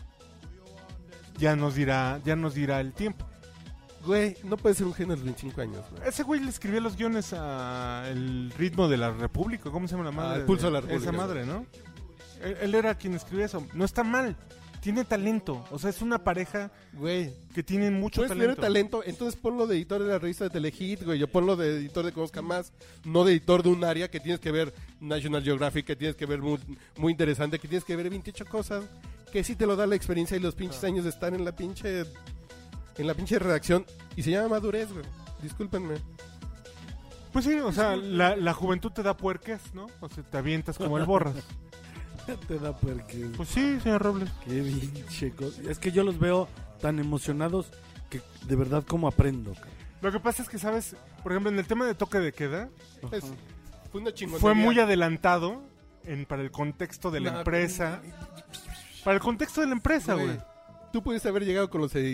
Ya nos dirá el tiempo. Güey, no puede ser un genio de los 25 años, güey. Ese güey le escribía los guiones a El ritmo de la República. ¿Cómo se llama la madre? El Pulso de la República. Esa madre, ¿no? Él era quien escribía eso. No está mal. Tiene talento. O sea, es una pareja Güey, que tiene mucho puedes tener talento. talento, entonces ponlo de editor de la revista de Telehit, güey. Yo ponlo de editor de Conozca Más, no de editor de un área que tienes que ver National Geographic, que tienes que ver muy, muy interesante, que tienes que ver 28 cosas, que sí te lo da la experiencia y los pinches años de estar en la pinche redacción. Y se llama madurez, güey. Discúlpenme. Pues sí, o sea, la juventud te da puerques, ¿no? O sea, te avientas como el Borras. Te da porque Pues sí, señor Robles. qué pinche cosa. Es que yo los veo tan emocionados que de verdad como aprendo. Cabrón. Lo que pasa es que, ¿sabes? Por ejemplo, en el tema de toque de queda, Fue una chingonería. fue muy adelantado para el contexto de la No, empresa. Para el contexto de la empresa, güey. Tú pudiste haber llegado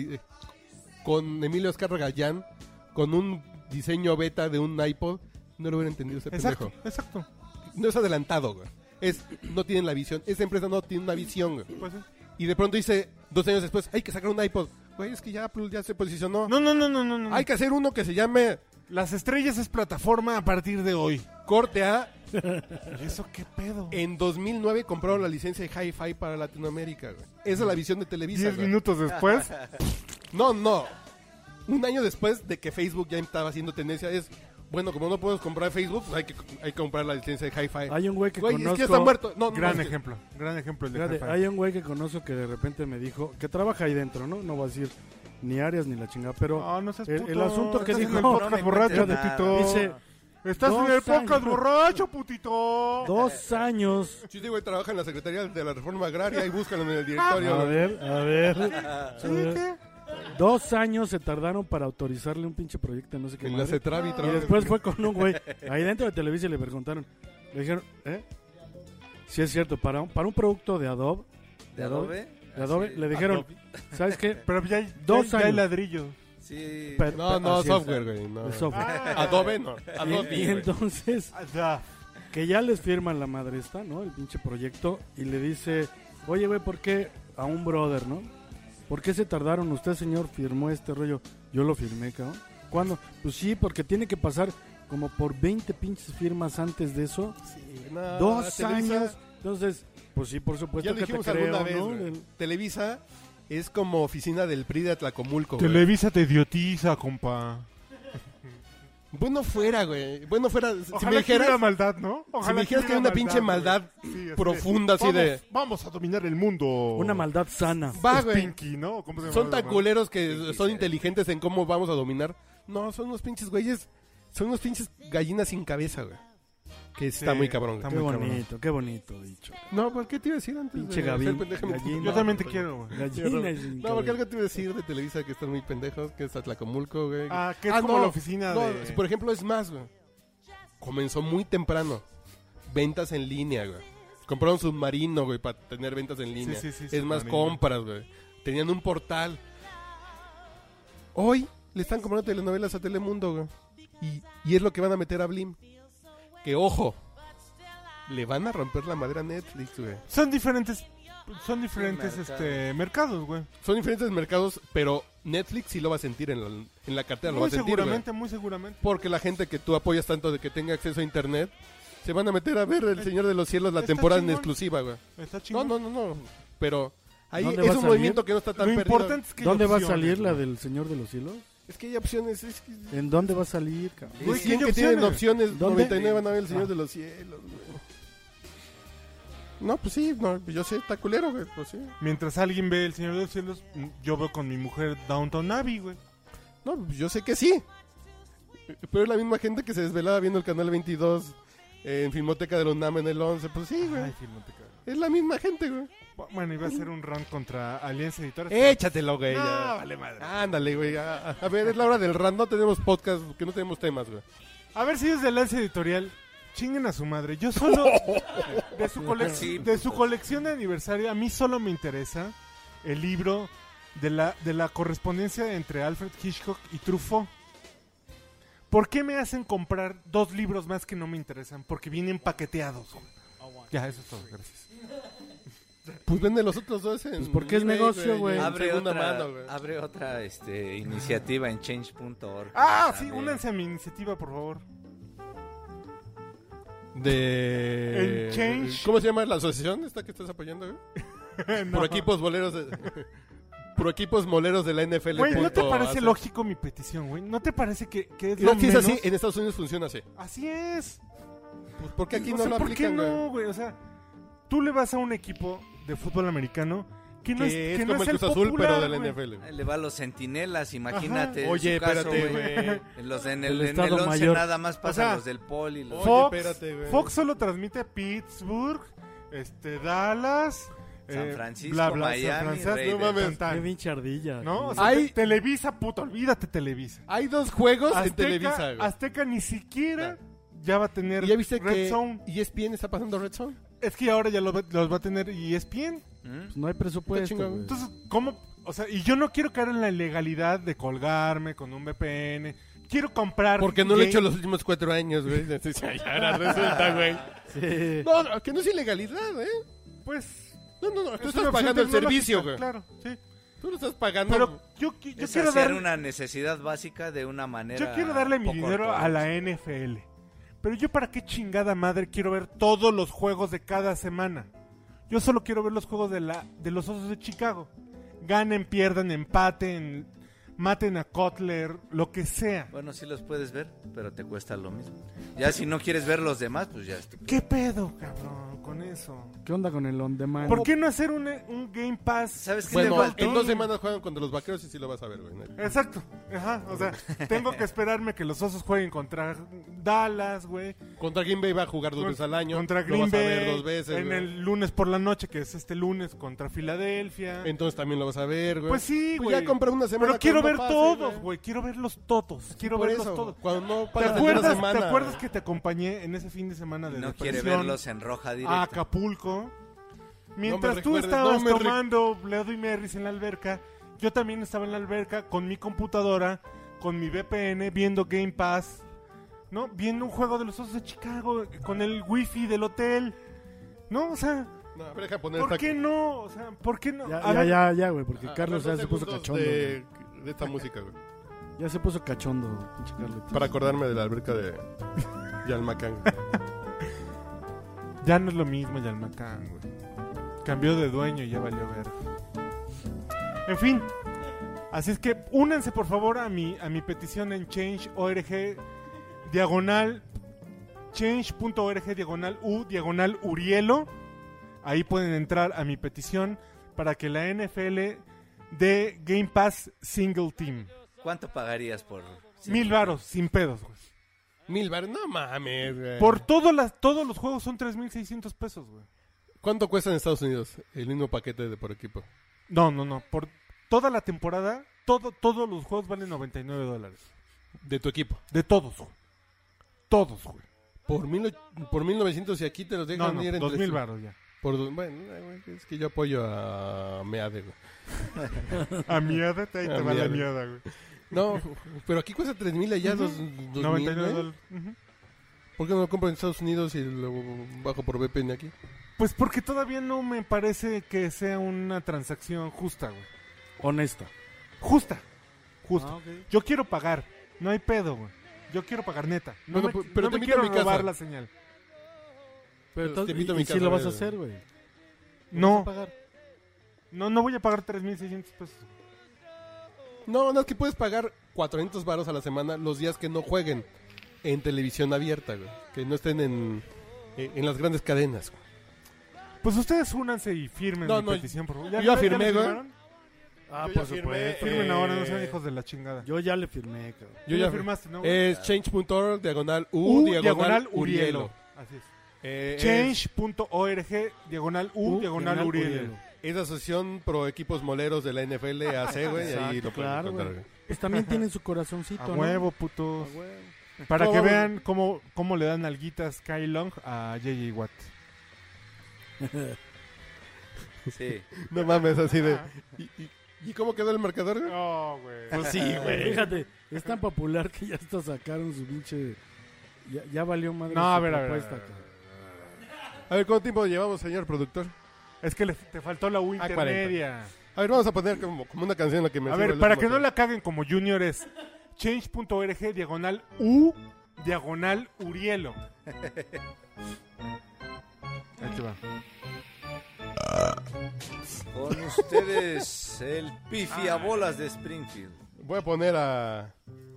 con Emilio Oscar Gallán, con un diseño beta de un iPod, no lo hubiera entendido ese Exacto, pendejo. exacto. No es adelantado, güey. No tienen la visión. Esa empresa no tiene una visión, güey. Pues sí. Y de pronto dice, 2 años después, hay que sacar un iPod. Güey, es que ya Apple ya se posicionó. No. Hay que hacer uno que se llame Las estrellas es plataforma a partir de hoy. Corte A. ¿Y eso qué pedo? En 2009 compraron la licencia de Hi-Fi para Latinoamérica, güey. Esa es la visión de Televisa, 10 güey. minutos después. No. Un año después de que Facebook ya estaba haciendo tendencia es... Bueno, como no podemos comprar Facebook, pues hay que comprar la licencia de Hi-Fi. Hay un güey que Güey, conozco. es que ya está muerto. No, Gran es que- ejemplo el de Fíjate, Hi-Fi. hay un güey que conozco que de repente me dijo que trabaja ahí dentro, ¿no? No voy a decir ni áreas ni la chingada, pero No seas el puto. asunto que Estás dijo en el no podcast me borracho, cuentes nada. putito. dice Estás en el 2 podcast años. borracho, putito. 2 años. Sí, güey, trabaja en la Secretaría de la Reforma Agraria y búscalo en el directorio. A güey. ver, a ver. ¿Sí, A ver. qué? 2 años se tardaron para autorizarle un pinche proyecto, no sé qué En la madre. CETRAVI Y trabaja. después fue con un güey ahí dentro de Televisa y le preguntaron, Le dijeron, Sí, es cierto, para un producto de Adobe, ¿De Adobe? le dijeron, ¿sabes qué? Pero ya hay, 2 ya hay años. ladrillos. Sí. No, así es. software, güey. No. El software. Adobe no. Adobe, Y güey. entonces, Ya. que ya les firman la madre esta, ¿no? El pinche proyecto. Y le dice, oye, güey, ¿por qué a un brother, no? ¿Por qué se tardaron? Usted, señor, firmó este rollo. Yo lo firmé, cabrón. ¿Cuándo? Pues sí, porque tiene que pasar como por 20 pinches firmas antes de eso. Sí, no, 2 Televisa- años. Entonces, pues sí, por supuesto Ya lo que te dijimos creo, alguna vez, ¿no? güey. Televisa es como oficina del PRI de Atlacomulco, güey. Televisa te idiotiza, compa. Bueno fuera, güey. Bueno fuera. Si Ojalá me que hubiera dijeras, maldad, ¿no? si me dijeras que hay una pinche maldad profunda así de... Vamos a dominar el mundo. Una maldad sana. Va, Es güey. Pinky, ¿no? ¿Cómo se llama Son la tan madre? culeros que son inteligentes en cómo vamos a dominar. No, son unos pinches güeyes. Son unos pinches gallinas sin cabeza, güey. Que está Sí, muy cabrón, está güey. Qué bonito dicho. No, ¿por qué te iba a decir antes? Pinche de Gavín, ser pendejo? gallina. Yo también te quiero, güey. Gallina y sin No, porque cabeza. algo te iba a decir de Televisa que están muy pendejos, que es Atlacomulco, güey. Ah, que es como la oficina no, de... por ejemplo, es más, güey. Comenzó muy temprano. Ventas en línea, güey. Compraron submarino, güey, para tener ventas en línea. Sí, sí, es más submarino. compras, güey. Tenían un portal. Hoy le están comprando telenovelas a Telemundo, güey. Y es lo que van a meter a Blim. Que ojo, le van a romper la madre a Netflix, güey. Son diferentes mercados. mercados, güey. Son diferentes mercados, pero Netflix sí lo va a sentir en la cartera, lo va a sentir, seguramente, güey. muy seguramente. Porque la gente que tú apoyas tanto de que tenga acceso a internet, se van a meter a ver El Señor de los Cielos la Está temporada en chingón. exclusiva, güey. Está No, chingón. no. Pero ahí ¿Dónde es va a un salir? movimiento que no está tan Lo perdido. importante es que ¿Dónde hay va a opciones, salir la güey. del Señor de los Cielos? Es que hay opciones. Es que ¿En dónde va a salir, cabrón? Güey, es ¿qué hay que tienen opciones? opciones. ¿Dónde? 99 van a ver El Señor de los Cielos, güey. No, pues sí, no, yo sé, está culero, güey, pues sí. Mientras alguien ve El Señor de los Cielos, yo veo con mi mujer Downton Abbey, güey. No, pues yo sé que sí. Pero es la misma gente que se desvelaba viendo el canal 22 en Filmoteca de la UNAM en el 11. Pues sí, güey. Ay, Filmoteca. Es la misma gente, güey. Bueno, iba a ser un rant contra Alianza Editores. Échatelo, güey. No, ya. vale madre. Ándale, güey. A ver, es la hora del rant. No tenemos podcast, que no tenemos temas, güey. A ver si es de Alianza Editorial. Chinguen a su madre. Yo solo... Sí. de su colección de aniversario, a mí solo me interesa el libro de la correspondencia entre Alfred Hitchcock y Truffaut. ¿Por qué me hacen comprar 2 libros más que no me interesan? Porque vienen paqueteados, güey. Ya, eso es todo. Gracias. Pues vende los otros dos en... Pues porque es eBay, negocio, güey. en Abre segunda otra, mano, güey. abre otra iniciativa en change.org. Ah, sí, También. únanse a mi iniciativa, por favor. De... En Change. ¿Cómo se llama la asociación esta que estás apoyando, güey? No. Por equipos boleros de... Por equipos moleros de la NFL. Güey, ¿no te punto parece AC? lógico mi petición, güey? ¿No te parece que es No, lo si es menos? así, en Estados Unidos funciona así. Así es. Pues ¿por qué aquí O no sea, lo ¿por qué aplican, güey? no, güey? O sea, tú le vas a un equipo de fútbol americano que no es, Que es que no como es el Cruz Azul, popular, pero de la güey. NFL. Ahí le va a los centinelas, imagínate. en Oye, su caso, espérate, güey. En El el Estado 11 Mayor. nada más pasan sea, los del Poli. Los... Oye, Fox, espérate, güey. Fox solo transmite Pittsburgh, Dallas, San Francisco, bla, bla, Miami, San Francisco, Raiders. no mames, Qué tan, pinche ardilla. ¿no? O sea, Hay- Televisa, puto, olvídate Televisa. Hay 2 juegos en Televisa, güey. Azteca ni siquiera ya va a tener ¿Y ya viste Red que Zone. ESPN está pasando Red Zone? Es que ahora ya los va a tener ESPN. ¿Mm? Pues no hay presupuesto. Está chingón. güey. Entonces, ¿cómo? O sea, y yo no quiero caer en la ilegalidad de colgarme con un VPN. Quiero comprar... Porque no lo he game- hecho los últimos 4 años, güey. Y ahora resulta, güey. Sí. No, que no es ilegalidad, ¿eh? Pues... No, tú es una estás opción pagando el tecnológica, servicio, güey. Claro, sí. Tú lo estás pagando. Pero yo Es quiero hacer dar... una necesidad básica de una manera. Yo quiero darle mi poco dinero a la NFL. Pero yo para qué chingada madre quiero ver todos los juegos de cada semana. Yo solo quiero ver los juegos de los Osos de Chicago. Ganen, pierdan, empaten, maten a Cutler, lo que sea. Bueno, sí los puedes ver, pero te cuesta lo mismo. Ya si no quieres ver los demás, pues ya está. ¿Qué pedo, cabrón, con eso? ¿Qué onda con el on demand? ¿Por qué no hacer un Game Pass? ¿Sabes qué Bueno, le faltó? en 2 semanas juegan contra los vaqueros y sí lo vas a ver, güey. Exacto. Ajá, o sea, tengo que esperarme que los Osos jueguen contra Dallas, güey. Contra Green Bay va a jugar 2 veces al año. Contra lo Green vas a ver Bay. 2 veces, En güey. el lunes por la noche, que es este lunes, contra Filadelfia. Entonces también lo vas a ver, güey. Pues sí, Pues güey. ya compré una semana. Pero quiero cuando ver pase, todos, güey. Quiero verlos todos. Quiero Por verlos eso, todos. Cuando no ¿Te pagas de una acuerdas, semana. ¿Te acuerdas que te acompañé en ese fin de semana de No quiere depresión verlos en roja a directa. Acapulco? Mientras tú recuerdes, estabas no me tomando Bloody Marys en la alberca, yo también estaba en la alberca con mi computadora, con mi VPN, viendo Game Pass, ¿no? Viendo un juego de los Osos de Chicago con el wifi del hotel, ¿no? O sea, No, a ver, deja poner ¿por esta- qué no? O sea, ¿por qué no? Ya, A ya, ver, ya, güey, porque Ah, Carlos a ver, ya se 2 puso segundos cachondo. güey. de esta música, güey. Ya se puso cachondo, pinche Carlitos. Para acordarme de la alberca de Yalmacán. Ya no es lo mismo Yalmacán, güey. Cambió de dueño y ya valió ver. En fin. Así es que únanse por favor a mi petición en Change.org diagonal change.org diagonal Urielo. Ahí pueden entrar a mi petición para que la NFL dé Game Pass Single Team. ¿Cuánto pagarías por...? 1000 varos, sin pedos, güey. 1000 baros, no mames, güey. Por todos los juegos son 3600 pesos, güey. ¿Cuánto cuesta en Estados Unidos el mismo paquete de por equipo? No. Por toda la temporada, todos los juegos valen $99. De tu equipo. De todos, güey. Todos, güey. Por 1900 y aquí te los dejan No, ir en 2000 varos ya. Bueno, güey, es que yo apoyo a Meade, güey. A miada, ahí te va la miada. miada, güey. No, pero aquí cuesta 3000 allá, 2000, 99 ¿eh? dólares. Ujú. ¿Por qué no lo compro en Estados Unidos y lo bajo por VPN aquí? Pues porque todavía no me parece que sea una transacción justa, güey. Honesta. Justa. Ah, ok. Yo quiero pagar. No hay pedo, güey. Yo quiero pagar neta. No Bueno, me, pero no te me invito a quiero mi casa. robar la señal. Pero Entonces, te invito a ¿y mi si casa, lo vas a güey. hacer, güey? No. ¿Vas a pagar? No voy a pagar 3600 pesos. No, es que puedes pagar 400 varos a la semana los días que no jueguen en televisión abierta, güey. Que no estén en las grandes cadenas, güey. Pues ustedes únanse y firmen No, mi no, petición, por favor. yo ya firmé, lo güey. firmaron? Ah, Yo por ya firmé, supuesto. Firmen ahora, no sean hijos de la chingada. Yo ya le firmé, cabrón. Yo Tú ya firmaste, ¿no, güey? Es change.org, diagonal diagonal Urielo. Urielo. Así es. Es Change.org, diagonal diagonal Urielo. la asociación pro equipos moleros de la NFL AC, güey. Y ahí Exacto, lo pueden claro, encontrar, güey. güey. Pues también tienen su corazoncito, A ¿no? huevo, putos. A huevo. Para que ¿Cómo? vean cómo le dan alguitas Kyle Long a J.J. Watt. Sí. No mames, así de... ¿Y cómo quedó el marcador, güey? No, güey. Pues sí, güey. Fíjate, es tan popular que ya hasta sacaron su pinche... Ya valió madre No, su a ver. propuesta, cabrón. A ver, ¿cuánto tiempo llevamos, señor productor? Es que te faltó la U 40. intermedia. A ver, vamos a poner como una canción en la que me... A subo ver, el para último que no tema. la caguen como Junior es change.org diagonal diagonal Urielo. Ahí te va. Con ustedes, el pifiabolas de Springfield. Voy a poner a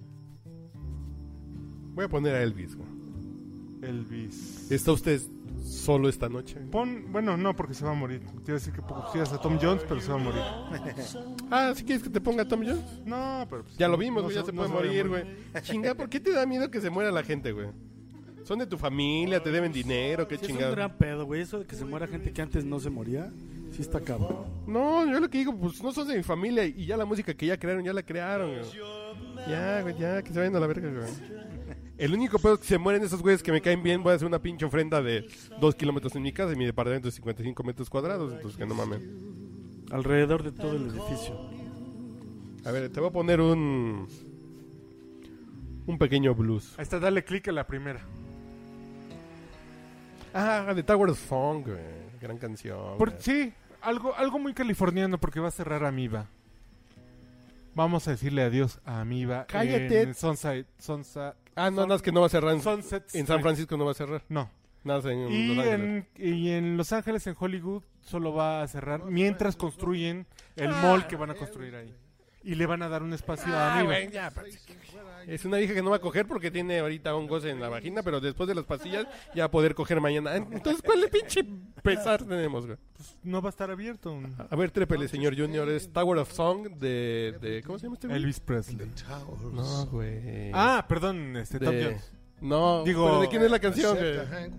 Elvis, güey. Elvis. ¿Está usted solo esta noche? Bueno, no, porque se va a morir. Te iba a decir que pusieras a Tom Jones, pero se va a morir. Ah, ¿sí quieres que te ponga Tom Jones? No, pero... pues, Ya lo vimos, no güey, ya se no puede va a morir, güey. Chinga, ¿por qué te da miedo que se muera la gente, güey? Son de tu familia, te deben dinero, qué Sí, es un chingado. gran pedo, güey. Eso de que se muera gente que antes no se moría, sí está cabrón. No, yo lo que digo, pues no son de mi familia y ya la música que ya crearon, ya la crearon, güey. Ya, güey, ya, que se vayan a la verga, güey. El único pedo es que se mueren esos güeyes que me caen bien. Voy a hacer una pinche ofrenda de 2 kilómetros en mi casa y mi departamento de 55 metros cuadrados, entonces que no mames. Alrededor de todo el edificio. A ver, te voy a poner un pequeño blues. Ahí está, dale clic a la primera. Ah, de Tower of Song, güey. Gran canción. güey. Sí, algo muy californiano porque va a cerrar Amiba. Vamos a decirle adiós a Amiba. Cállate. En Sunset. Ah, no, es que no va a cerrar en Sunset San Strip. Francisco, no va a cerrar. No. Nada en Y Los Ángeles. en Los Ángeles, en Hollywood, solo va a cerrar mientras construyen el mall que van a construir ahí. Y le van a dar un espacio a Amiba. güey, ya, Es una vieja que no va a coger porque tiene ahorita hongos en la vagina, pero después de las pastillas ya va a poder coger mañana. Entonces, ¿cuál de pinche pesar tenemos, güey? No va a estar abierto. A ver, trépele, señor Junior. Es Tower of Song de ¿cómo se llama este güey? Elvis Presley. No, güey. Ah, perdón, Tom de... Jones. No, Digo- ¿pero de quién es la canción, güey?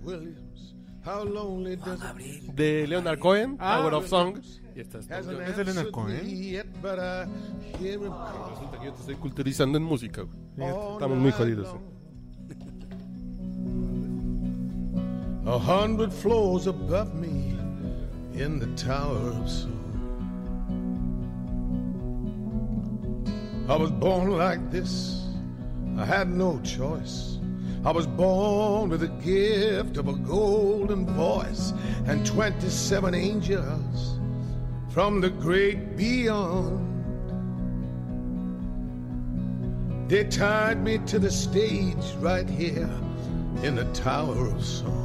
De Leonard Cohen, Tower of Song. Y esta es Tom Jones. ¿Es de Leonard Cohen? Resulta que yo te estoy culturizando en música, güey. Estamos muy jodidos. 100 floors above me in the Tower of Song. I was born like this. I had no choice. I was born with the gift of a golden voice and 27 angels from the great beyond. They tied me to the stage right here in the Tower of Song.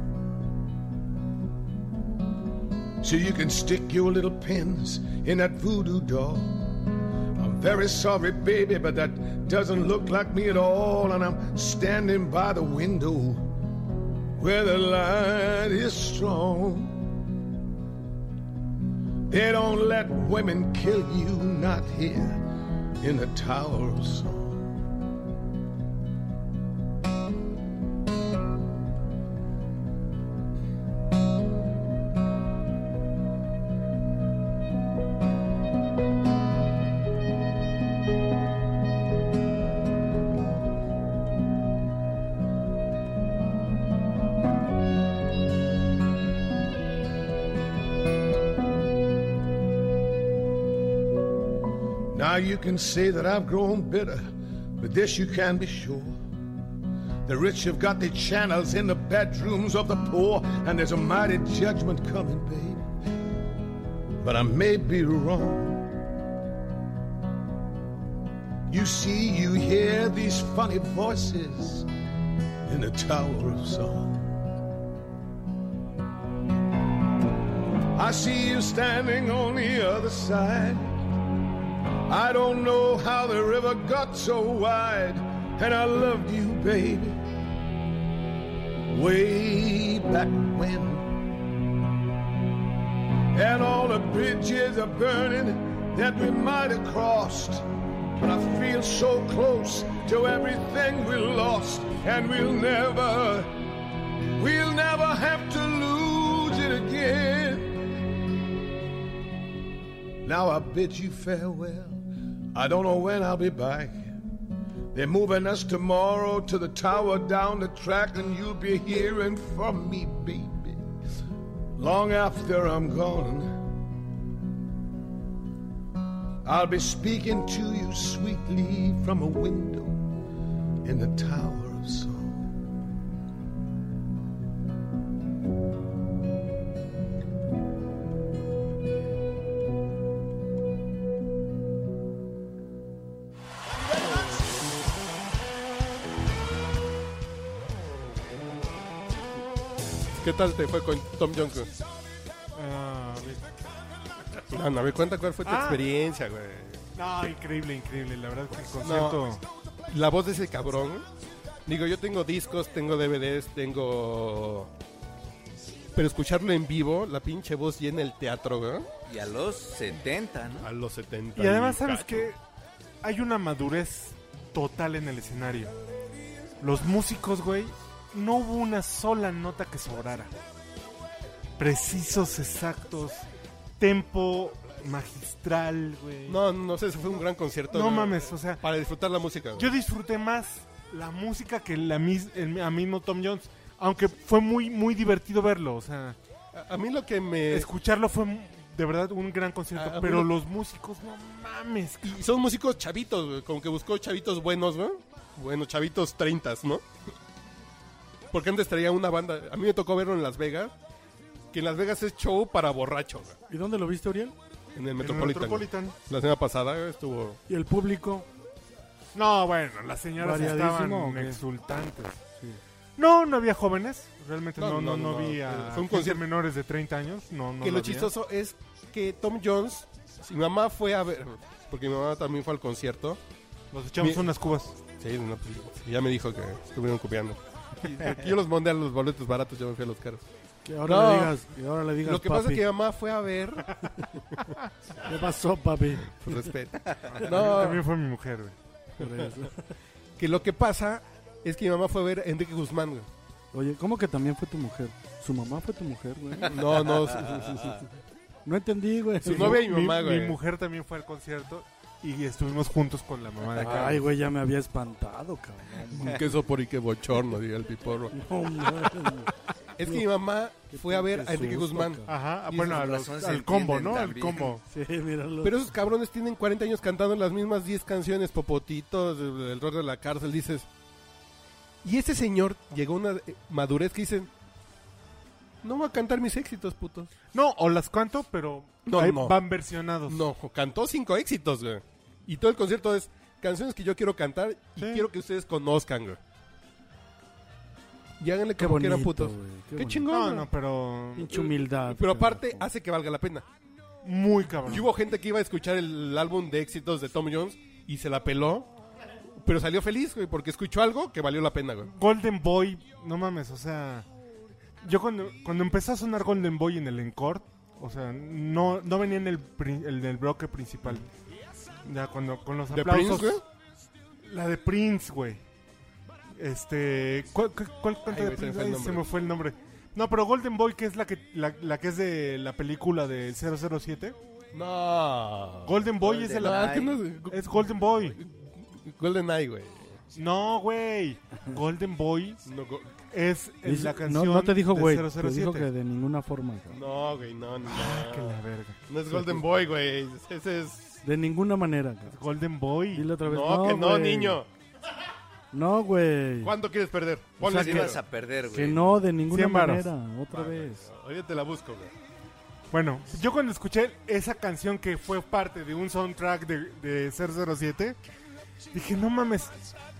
So you can stick your little pins in that voodoo doll. I'm very sorry, baby, but that doesn't look like me at all. And I'm standing by the window where the light is strong. They don't let women kill you, not here in the Tower of Song. Now you can say that I've grown bitter, but this you can be sure. The rich have got their channels in the bedrooms of the poor, and there's a mighty judgment coming, babe. But I may be wrong. You see, you hear these funny voices in the Tower of Song. I see you standing on the other side. I don't know how the river got so wide, and I loved you, baby, way back when. And all the bridges are burning that we might have crossed, but I feel so close to everything we lost, and we'll never have to lose it again. Now I bid you farewell. I don't know when I'll be back. They're moving us tomorrow to the tower down the track, and you'll be hearing from me, baby, long after I'm gone. I'll be speaking to you sweetly from a window in the Tower of Song. ¿Qué tal te fue con Tom Jones? No, a ver, cuenta cuál fue tu experiencia, güey. No, increíble, increíble. La verdad que el concierto... La voz de ese cabrón. Digo, yo tengo discos, tengo DVDs, tengo... Pero escucharlo en vivo, la pinche voz llena el teatro, güey. Y a los 70, ¿no? A los 70. Y además, ¿sabes qué? Hay una madurez total en el escenario. Los músicos, güey, no hubo una sola nota que sobrara. Precisos, exactos, tempo magistral, güey. No sé, eso fue un gran concierto. No güey, mames, o sea, para disfrutar la música, güey. yo disfruté más la música que el mismo Tom Jones, aunque fue muy divertido verlo, o sea, A mí lo que me... escucharlo fue de verdad un gran concierto, A mí pero lo- los músicos, no mames. Y son músicos chavitos, güey, como que buscó chavitos buenos, güey. Bueno, chavitos 30, ¿no? Porque antes traía una banda, a mí me tocó verlo en Las Vegas, que en Las Vegas es show para borrachos, güey. ¿Y dónde lo viste, Uriel? En el En el Metropolitan. Metropolitan. La semana pasada güey, estuvo... ¿Y el público? No, bueno, las señoras ¿Variadísimo estaban o qué? exultantes. No había jóvenes. Realmente no No. vi a Fue un gente concierto- menores de 30 años. No que lo había. chistoso es que Tom Jones, mi mamá fue a ver, porque mi mamá también fue al concierto, Nos echamos unas cubas. Sí, no, pues, ya me dijo que estuvieron copiando. Yo los mandé a los boletos baratos, yo me fui a los caros. Que ahora No. le digas, Lo que papi. pasa es que mi mamá fue a ver... ¿Qué pasó, papi? Pues respeto. También No, fue mi mujer, güey. Por eso. que lo que pasa es que mi mamá fue a ver a Enrique Guzmán, güey. Oye, ¿cómo que también fue tu mujer? ¿Su mamá fue tu mujer, güey? No, No entendí, güey. Su novia y mi mamá, güey. Mi mujer también fue al concierto y estuvimos juntos con la mamá de acá. Ay, güey, ya me había espantado, cabrón. Un queso por y que bochorno, diría el piporro. No, mames. Es que mi mamá fue a ver a Enrique susto, Guzmán. cabrón. Ajá, Y bueno, esas razones al se combo, entienden ¿no? Al también. combo. Sí, míralo. Pero esos cabrones tienen 40 años cantando las mismas 10 canciones, Popotitos, El rock de la cárcel, dices. Y ese señor llegó a una madurez que dicen, no voy a cantar mis éxitos, putos. No, o las canto, pero No, ahí no. van versionados. No, cantó 5 éxitos, güey. Y todo el concierto es canciones que yo quiero cantar y Sí. quiero que ustedes conozcan, güey. Y háganle Qué como bonito, quieran, putos. güey, Qué bonito. chingón, No, güey. no, pero Pinche humildad. Pero cabrón. aparte hace que valga la pena. muy cabrón. Y hubo gente que iba a escuchar el álbum de éxitos de Tom Jones y se la peló, pero salió feliz, güey, porque escuchó algo que valió la pena, güey. Golden Boy, no mames, o sea, yo cuando empezó a sonar Golden Boy en el encore, o sea, no venía en el bloque principal. Ya cuando con los ¿De aplausos. Prince, güey? La de Prince, güey. ¿Cuál canta Ay, de güey, se me Prince? fue el Ay, nombre. se me fue el nombre. No, pero Golden Boy, que es la que es de la película de 007. No. Golden Boy es de No, la... es que no Es Golden Boy. Golden Eye, güey. No, güey. Golden Boy No, es Dice- la canción no te dijo, de güey. 007. Te dijo que de ninguna forma, cabrón. no, güey, no. Que la verga. No es Golden Boy, güey. Ese es... De ninguna manera, cabrón. Golden Boy. Dile otra vez. No, que no, güey. niño. No, güey. ¿Cuánto quieres perder? O Ponle sea, Si dinero. vas a perder, güey. Que no, de ninguna 100 varos. manera. Otra vez. Ahorita te la busco, güey. Bueno, yo cuando escuché esa canción que fue parte de un soundtrack de 007, dije, no mames.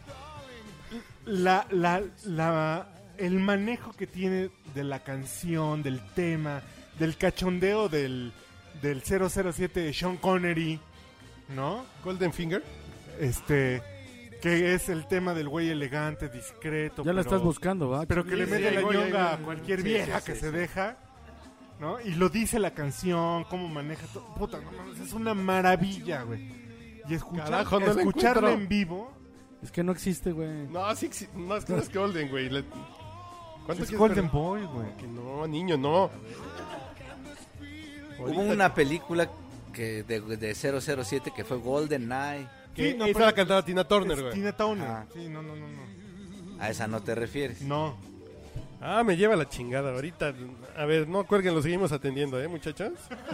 El manejo que tiene de la canción, del tema, del cachondeo del 007 de Sean Connery, ¿no? Golden Finger. Que es el tema del güey elegante, discreto. Ya la pero- estás buscando, ¿va? Pero que le Sí, mete ahí la voy, ahí ñonga a voy. cualquier Sí, vieja sí, que sí, se sí. deja, ¿no? Y lo dice la canción, cómo maneja todo. Puta, no mames, es una maravilla, güey. Y Carajo, no la escucharlo encuentro. en vivo Es que no existe, güey. No, sí, no, es que no es Golden, güey. ¿Cuánto es quieres Golden perder? Boy, güey. Que no, niño, no. Hubo una película de 007 que fue Golden Eye. Que Sí, no, esa pero- la cantaba Tina Turner, Es güey. Tina Turner. Ah. Sí, no. A esa no te refieres. No. Ah, me lleva la chingada ahorita. A ver, no cuelguen, lo seguimos atendiendo, muchachos?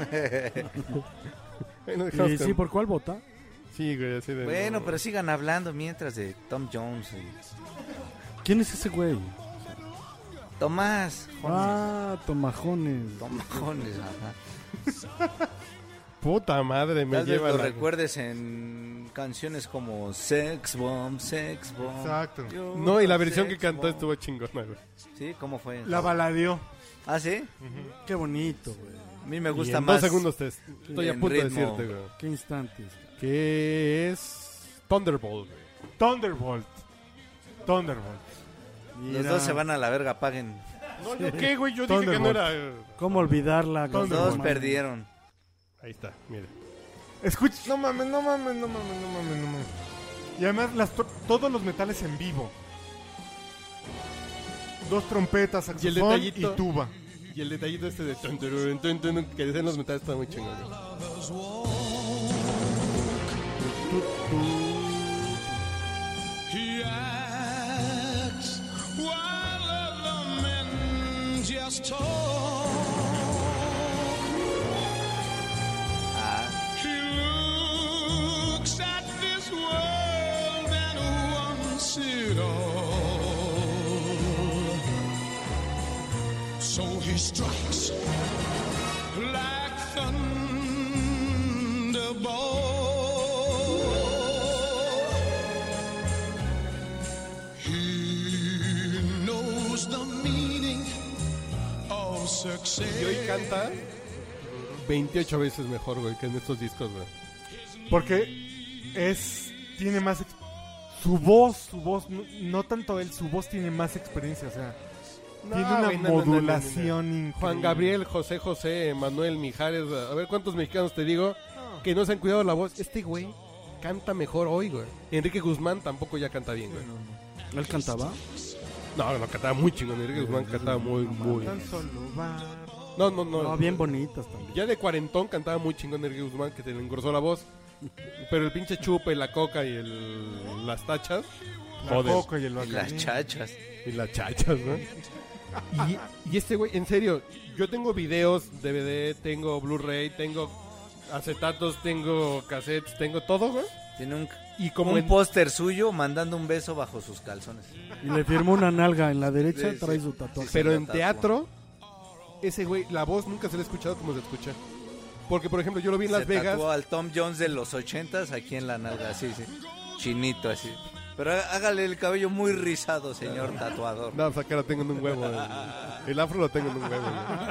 Ahí nos dejamos Y con- sí, ¿por cuál vota? Sí, güey, así de... Bueno, pero sigan hablando mientras de Tom Jones. ¿Quién es ese güey? Tomás. Ah, Tomajones. Tomajones, ajá. Puta madre, me Tal vez lleva lo la... recuerdes en canciones como Sex Bomb, Sex Bomb. Exacto. You No, y la are versión que sex cantó bomb. estuvo chingona, güey. Sí, ¿cómo fue? La baladeó. ¿Ah, sí? Qué bonito, güey. A mí me Y gusta en más. 2 segundos estoy a en punto de ritmo. decirte, güey. Qué instantes. Que es... Thunderbolt, güey. Thunderbolt. Los dos se van a la verga, paguen. No, ¿yo qué, güey? Yo dije que no Thunderbolt. era... ¿Cómo olvidarla? Los cabrón? dos No, perdieron. Ahí está, mire. Escucha, no mames. Y además todos los metales en vivo. 2 trompetas, Y el saxofón y, detallito. tuba. Y el detallito este de... tun, turun, tun, tun, que dicen los metales está muy chingón, güey. He acts while other men just talk. Ah, He looks at this world and wants it all. So he strikes like thunderbolt. He knows the meaning of success. Y hoy canta 28 veces mejor, güey, que en estos discos, güey. Porque es tiene más... Su voz, no tanto él, su voz tiene más experiencia, o sea... tiene una güey, modulación increíble. Juan Gabriel, José, Manuel Mijares, a ver cuántos mexicanos te digo que no se han cuidado la voz. Este güey canta mejor hoy, güey. Enrique Guzmán tampoco ya canta bien, güey. ¿Él cantaba? No, cantaba muy chingón. Enrique Guzmán cantaba muy... Tan solo va... No, bien bonitas también. Ya de cuarentón cantaba muy chingón Enrique Guzmán, que te le engrosó la voz. Pero el pinche chupe, la coca y las tachas. La coca y el Y Bacardí. las chachas. Y las chachas, ¿no? Y este güey, en serio, yo tengo videos, DVD, tengo Blu-ray, tengo acetatos, tengo cassettes, tengo todo, güey. Tiene Y como un en- póster suyo mandando un beso bajo sus calzones. Y le firmó una nalga en la derecha, Sí, trae sí. su tatuaje. Pero Sí, en lo teatro, ese güey, la voz nunca se le ha escuchado como se escucha. Porque, por ejemplo, yo lo vi en Las Se Vegas. tatuó al Tom Jones de los 80s aquí en la nalga, sí. Chinito así. Pero hágale el cabello muy rizado, señor tatuador. No, pues acá lo tengo en un huevo. El afro lo tengo en un huevo.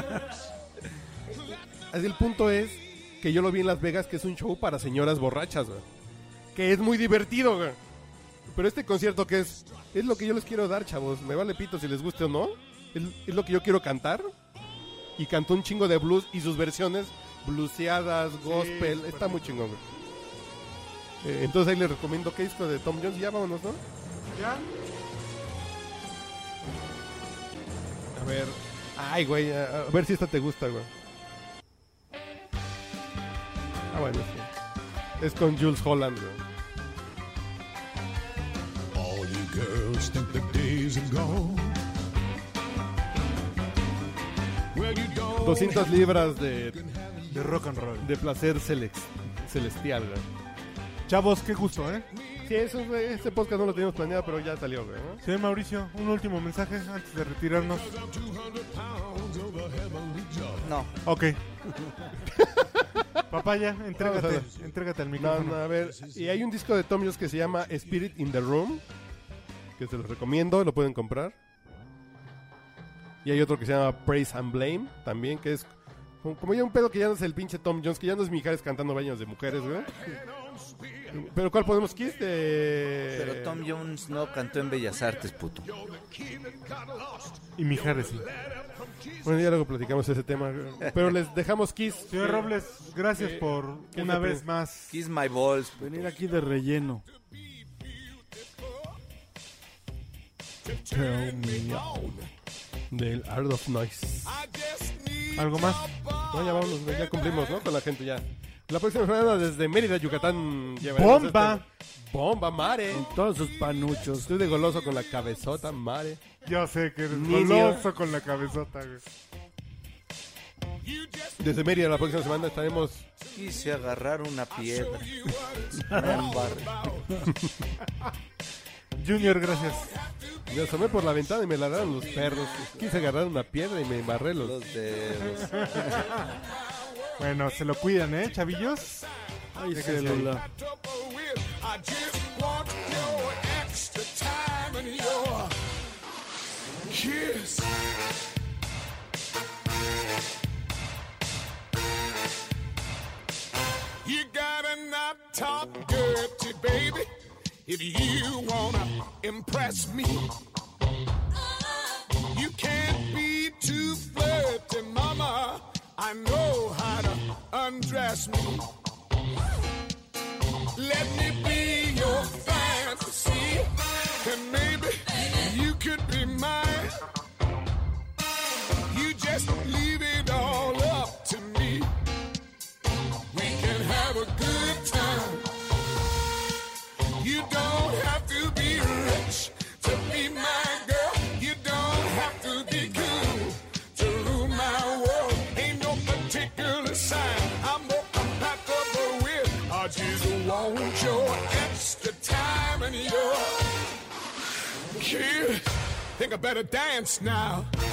Así el punto es que yo lo vi en Las Vegas, que es un show para señoras borrachas, güey. Que es muy divertido, güey. Pero este concierto que es lo que yo les quiero dar, chavos. Me vale pito si les guste o no. Es lo que yo quiero cantar. Y cantó un chingo de blues y sus versiones blueseadas, gospel. Está muy chingón, güey. Entonces ahí les recomiendo qué disco de Tom Jones. Ya vámonos, ¿no? ¿Ya? A ver. Ay, güey. A ver si esta te gusta, güey. Ah, bueno, sí. Es con Jules Holland, güey. All you girls think the days are gone. Well, you don't 200 libras de rock and roll. De placer celestial, güey. Chavos, qué gusto, ¿eh? Sí, eso, güey, este podcast no lo teníamos planeado, pero ya salió, güey, ¿no? Señor Mauricio, un último mensaje antes de retirarnos. No. Ok. Papaya, entrégate al No, micrófono. no, a ver. Y hay un disco de Tom Jones que se llama Spirit in the Room, que se los recomiendo, lo pueden comprar. Y hay otro que se llama Praise and Blame, también, que es como ya un pedo que ya no es el pinche Tom Jones, que ya no es Mijares cantando baños de mujeres, güey. Pero ¿cuál podemos quitar? Pero Tom Jones no cantó en Bellas Artes, puto. Y Mijares, sí. Bueno, ya luego platicamos ese tema. Pero les dejamos Kiss. Señor Robles, gracias por ¿qué una te vez pre- más. Kiss My Balls. Venir aquí de relleno. Tell me del Art of Noise. ¿Algo más? No, ya vámonos, güey, ya cumplimos, ¿no? Con la gente ya. La próxima semana desde Mérida, Yucatán. llevaremos ¡Bomba! Bomba, mare. Con todos sus panuchos. Estoy de goloso con la cabezota, mare. Yo sé que eres Niño. goloso con la cabezota, güey. Desde Mérida la próxima semana estaremos. Quise agarrar una piedra. Me embarré. Junior, gracias. Me asomé por la ventana y me ladraron los perros. Quise agarrar una piedra y me embarré los. Los dedos. Bueno, se lo cuidan, ¿eh, chavillos? Ay, Déjense célula. I just want your extra time and your kiss. You gotta not talk dirty, baby, if you wanna impress me. You can't be too flirty, mama. I know how to undress me. Let me be your fantasy, and maybe you could be mine. You just leave it all up to me. We can have a good time. You don't have to be rich to be my girl. You don't have to be cool to rule my world. Ain't no particular sign I'm more compatible with. I just want your extra time and your kiss. Think I better dance now.